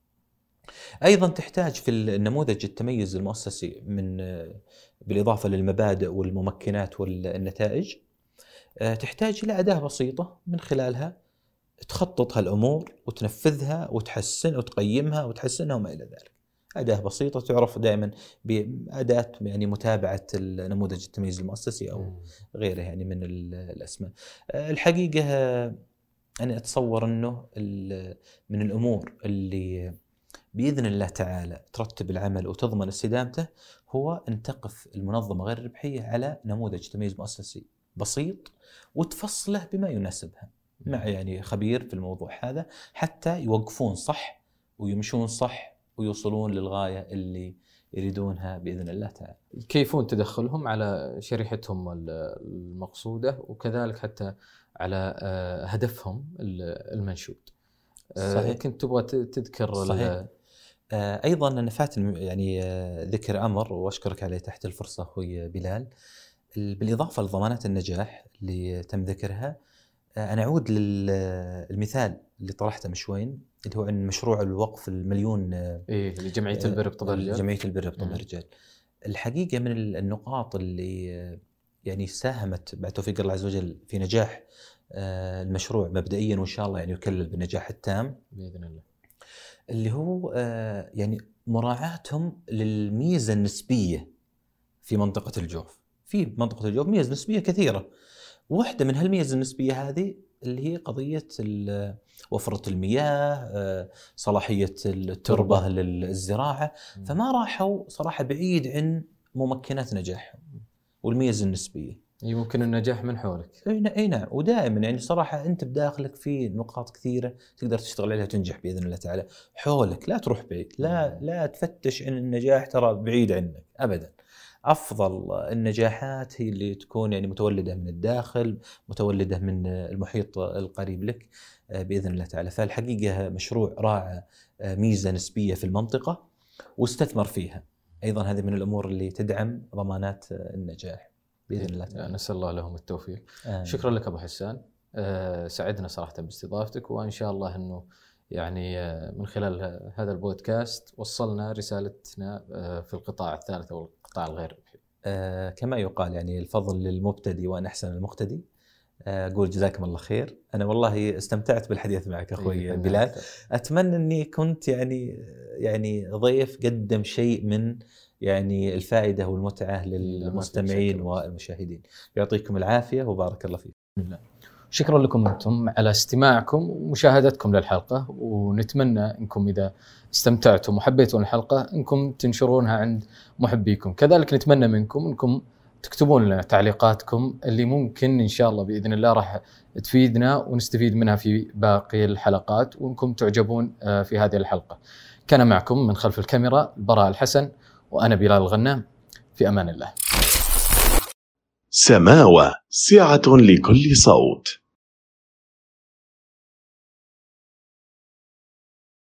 أيضا تحتاج في النموذج التميز المؤسسي من بالإضافة للمبادئ والممكنات والنتائج، تحتاج إلى أداة بسيطة من خلالها تخطط هالأمور وتنفذها وتحسن وتقيمها وتحسنها وما إلى ذلك. أداة بسيطة تعرف دائما بأداة يعني متابعة النموذج التميز المؤسسي أو غيره يعني من الأسماء. الحقيقة أنا أتصور أنه من الأمور اللي بإذن الله تعالى ترتب العمل وتضمن استدامته هو أن تقف المنظمة غير الربحية على نموذج تمييز مؤسسي بسيط وتفصله بما يناسبها مع يعني خبير في الموضوع هذا، حتى يوقفون صح ويمشون صح ويوصلون للغاية اللي يريدونها بإذن الله تعالى. يكيفون تدخلهم على شريحتهم المقصودة وكذلك حتى على هدفهم المنشود. صحيح. كنت تبغى تذكر صحيح. أيضا أنا فات يعني ذكر أمر وأشكرك عليه تحت الفرصة أخوي بلال، بالإضافة لضمانات النجاح اللي تم ذكرها، أنا أعود للمثال اللي طرحته من شوين اللي هو عن مشروع الوقف المليون إيه لجمعية البر بطبع الرجال. جمعية البر بطبع الرجال. الحقيقة من النقاط اللي يعني ساهمت بعد توفيق الله عز وجل في نجاح المشروع مبدئيا وإن شاء الله يعني يكلل بالنجاح التام بإذن الله، اللي هو يعني مراعاتهم للميزة النسبية في منطقة الجوف. في منطقة الجوف ميزة نسبية كثيرة، واحدة من هالميزة النسبية هذه اللي هي قضية وفرة المياه، صلاحية التربة للزراعة، فما راحوا صراحة بعيد عن ممكنات نجاحهم والميزة النسبية. يمكن النجاح من حولك. اي نعم، ودائما يعني صراحة أنت بداخلك في نقاط كثيرة تقدر تشتغل عليها وتنجح بإذن الله تعالى. حولك لا تروح بعيد، لا لا تفتش عن النجاح ترى بعيد عنك أبدا. أفضل النجاحات هي اللي تكون يعني متولدة من الداخل، متولدة من المحيط القريب لك بإذن الله تعالى. فالحقيقة مشروع راعى ميزة نسبية في المنطقة واستثمر فيها. أيضا هذه من الأمور اللي تدعم ضمانات النجاح بإذن الله تعالى. نسأل الله لهم التوفيق. آه. شكرا لك أبو حسان، أه سعدنا صراحة باستضافتك، وإن شاء الله أنه يعني من خلال هذا البودكاست وصلنا رسالتنا في القطاع الثالث أو القطاع الغير ربحي. آه كما يقال يعني الفضل للمبتدئ وأن أحسن المقتدي. أقول جزاكم الله خير. أنا والله استمتعت بالحديث معك أخوي بلال. أتمنى أني كنت يعني يعني ضيف قدم شيء من يعني الفائدة والمتعة للمستمعين والمشاهدين. يعطيكم العافية وبارك الله فيكم. شكرا لكم أنتم على استماعكم ومشاهدتكم للحلقة، ونتمنى أنكم إذا استمتعتم وحبيتوا الحلقة أنكم تنشرونها عند محبيكم. كذلك نتمنى منكم أنكم تكتبون لنا تعليقاتكم اللي ممكن إن شاء الله بإذن الله راح تفيدنا ونستفيد منها في باقي الحلقات، وأنكم تعجبون في هذه الحلقة. كان معكم من خلف الكاميرا براء الحسن وأنا بلال الغنام، في أمان الله. سماوة، سعة لكل صوت.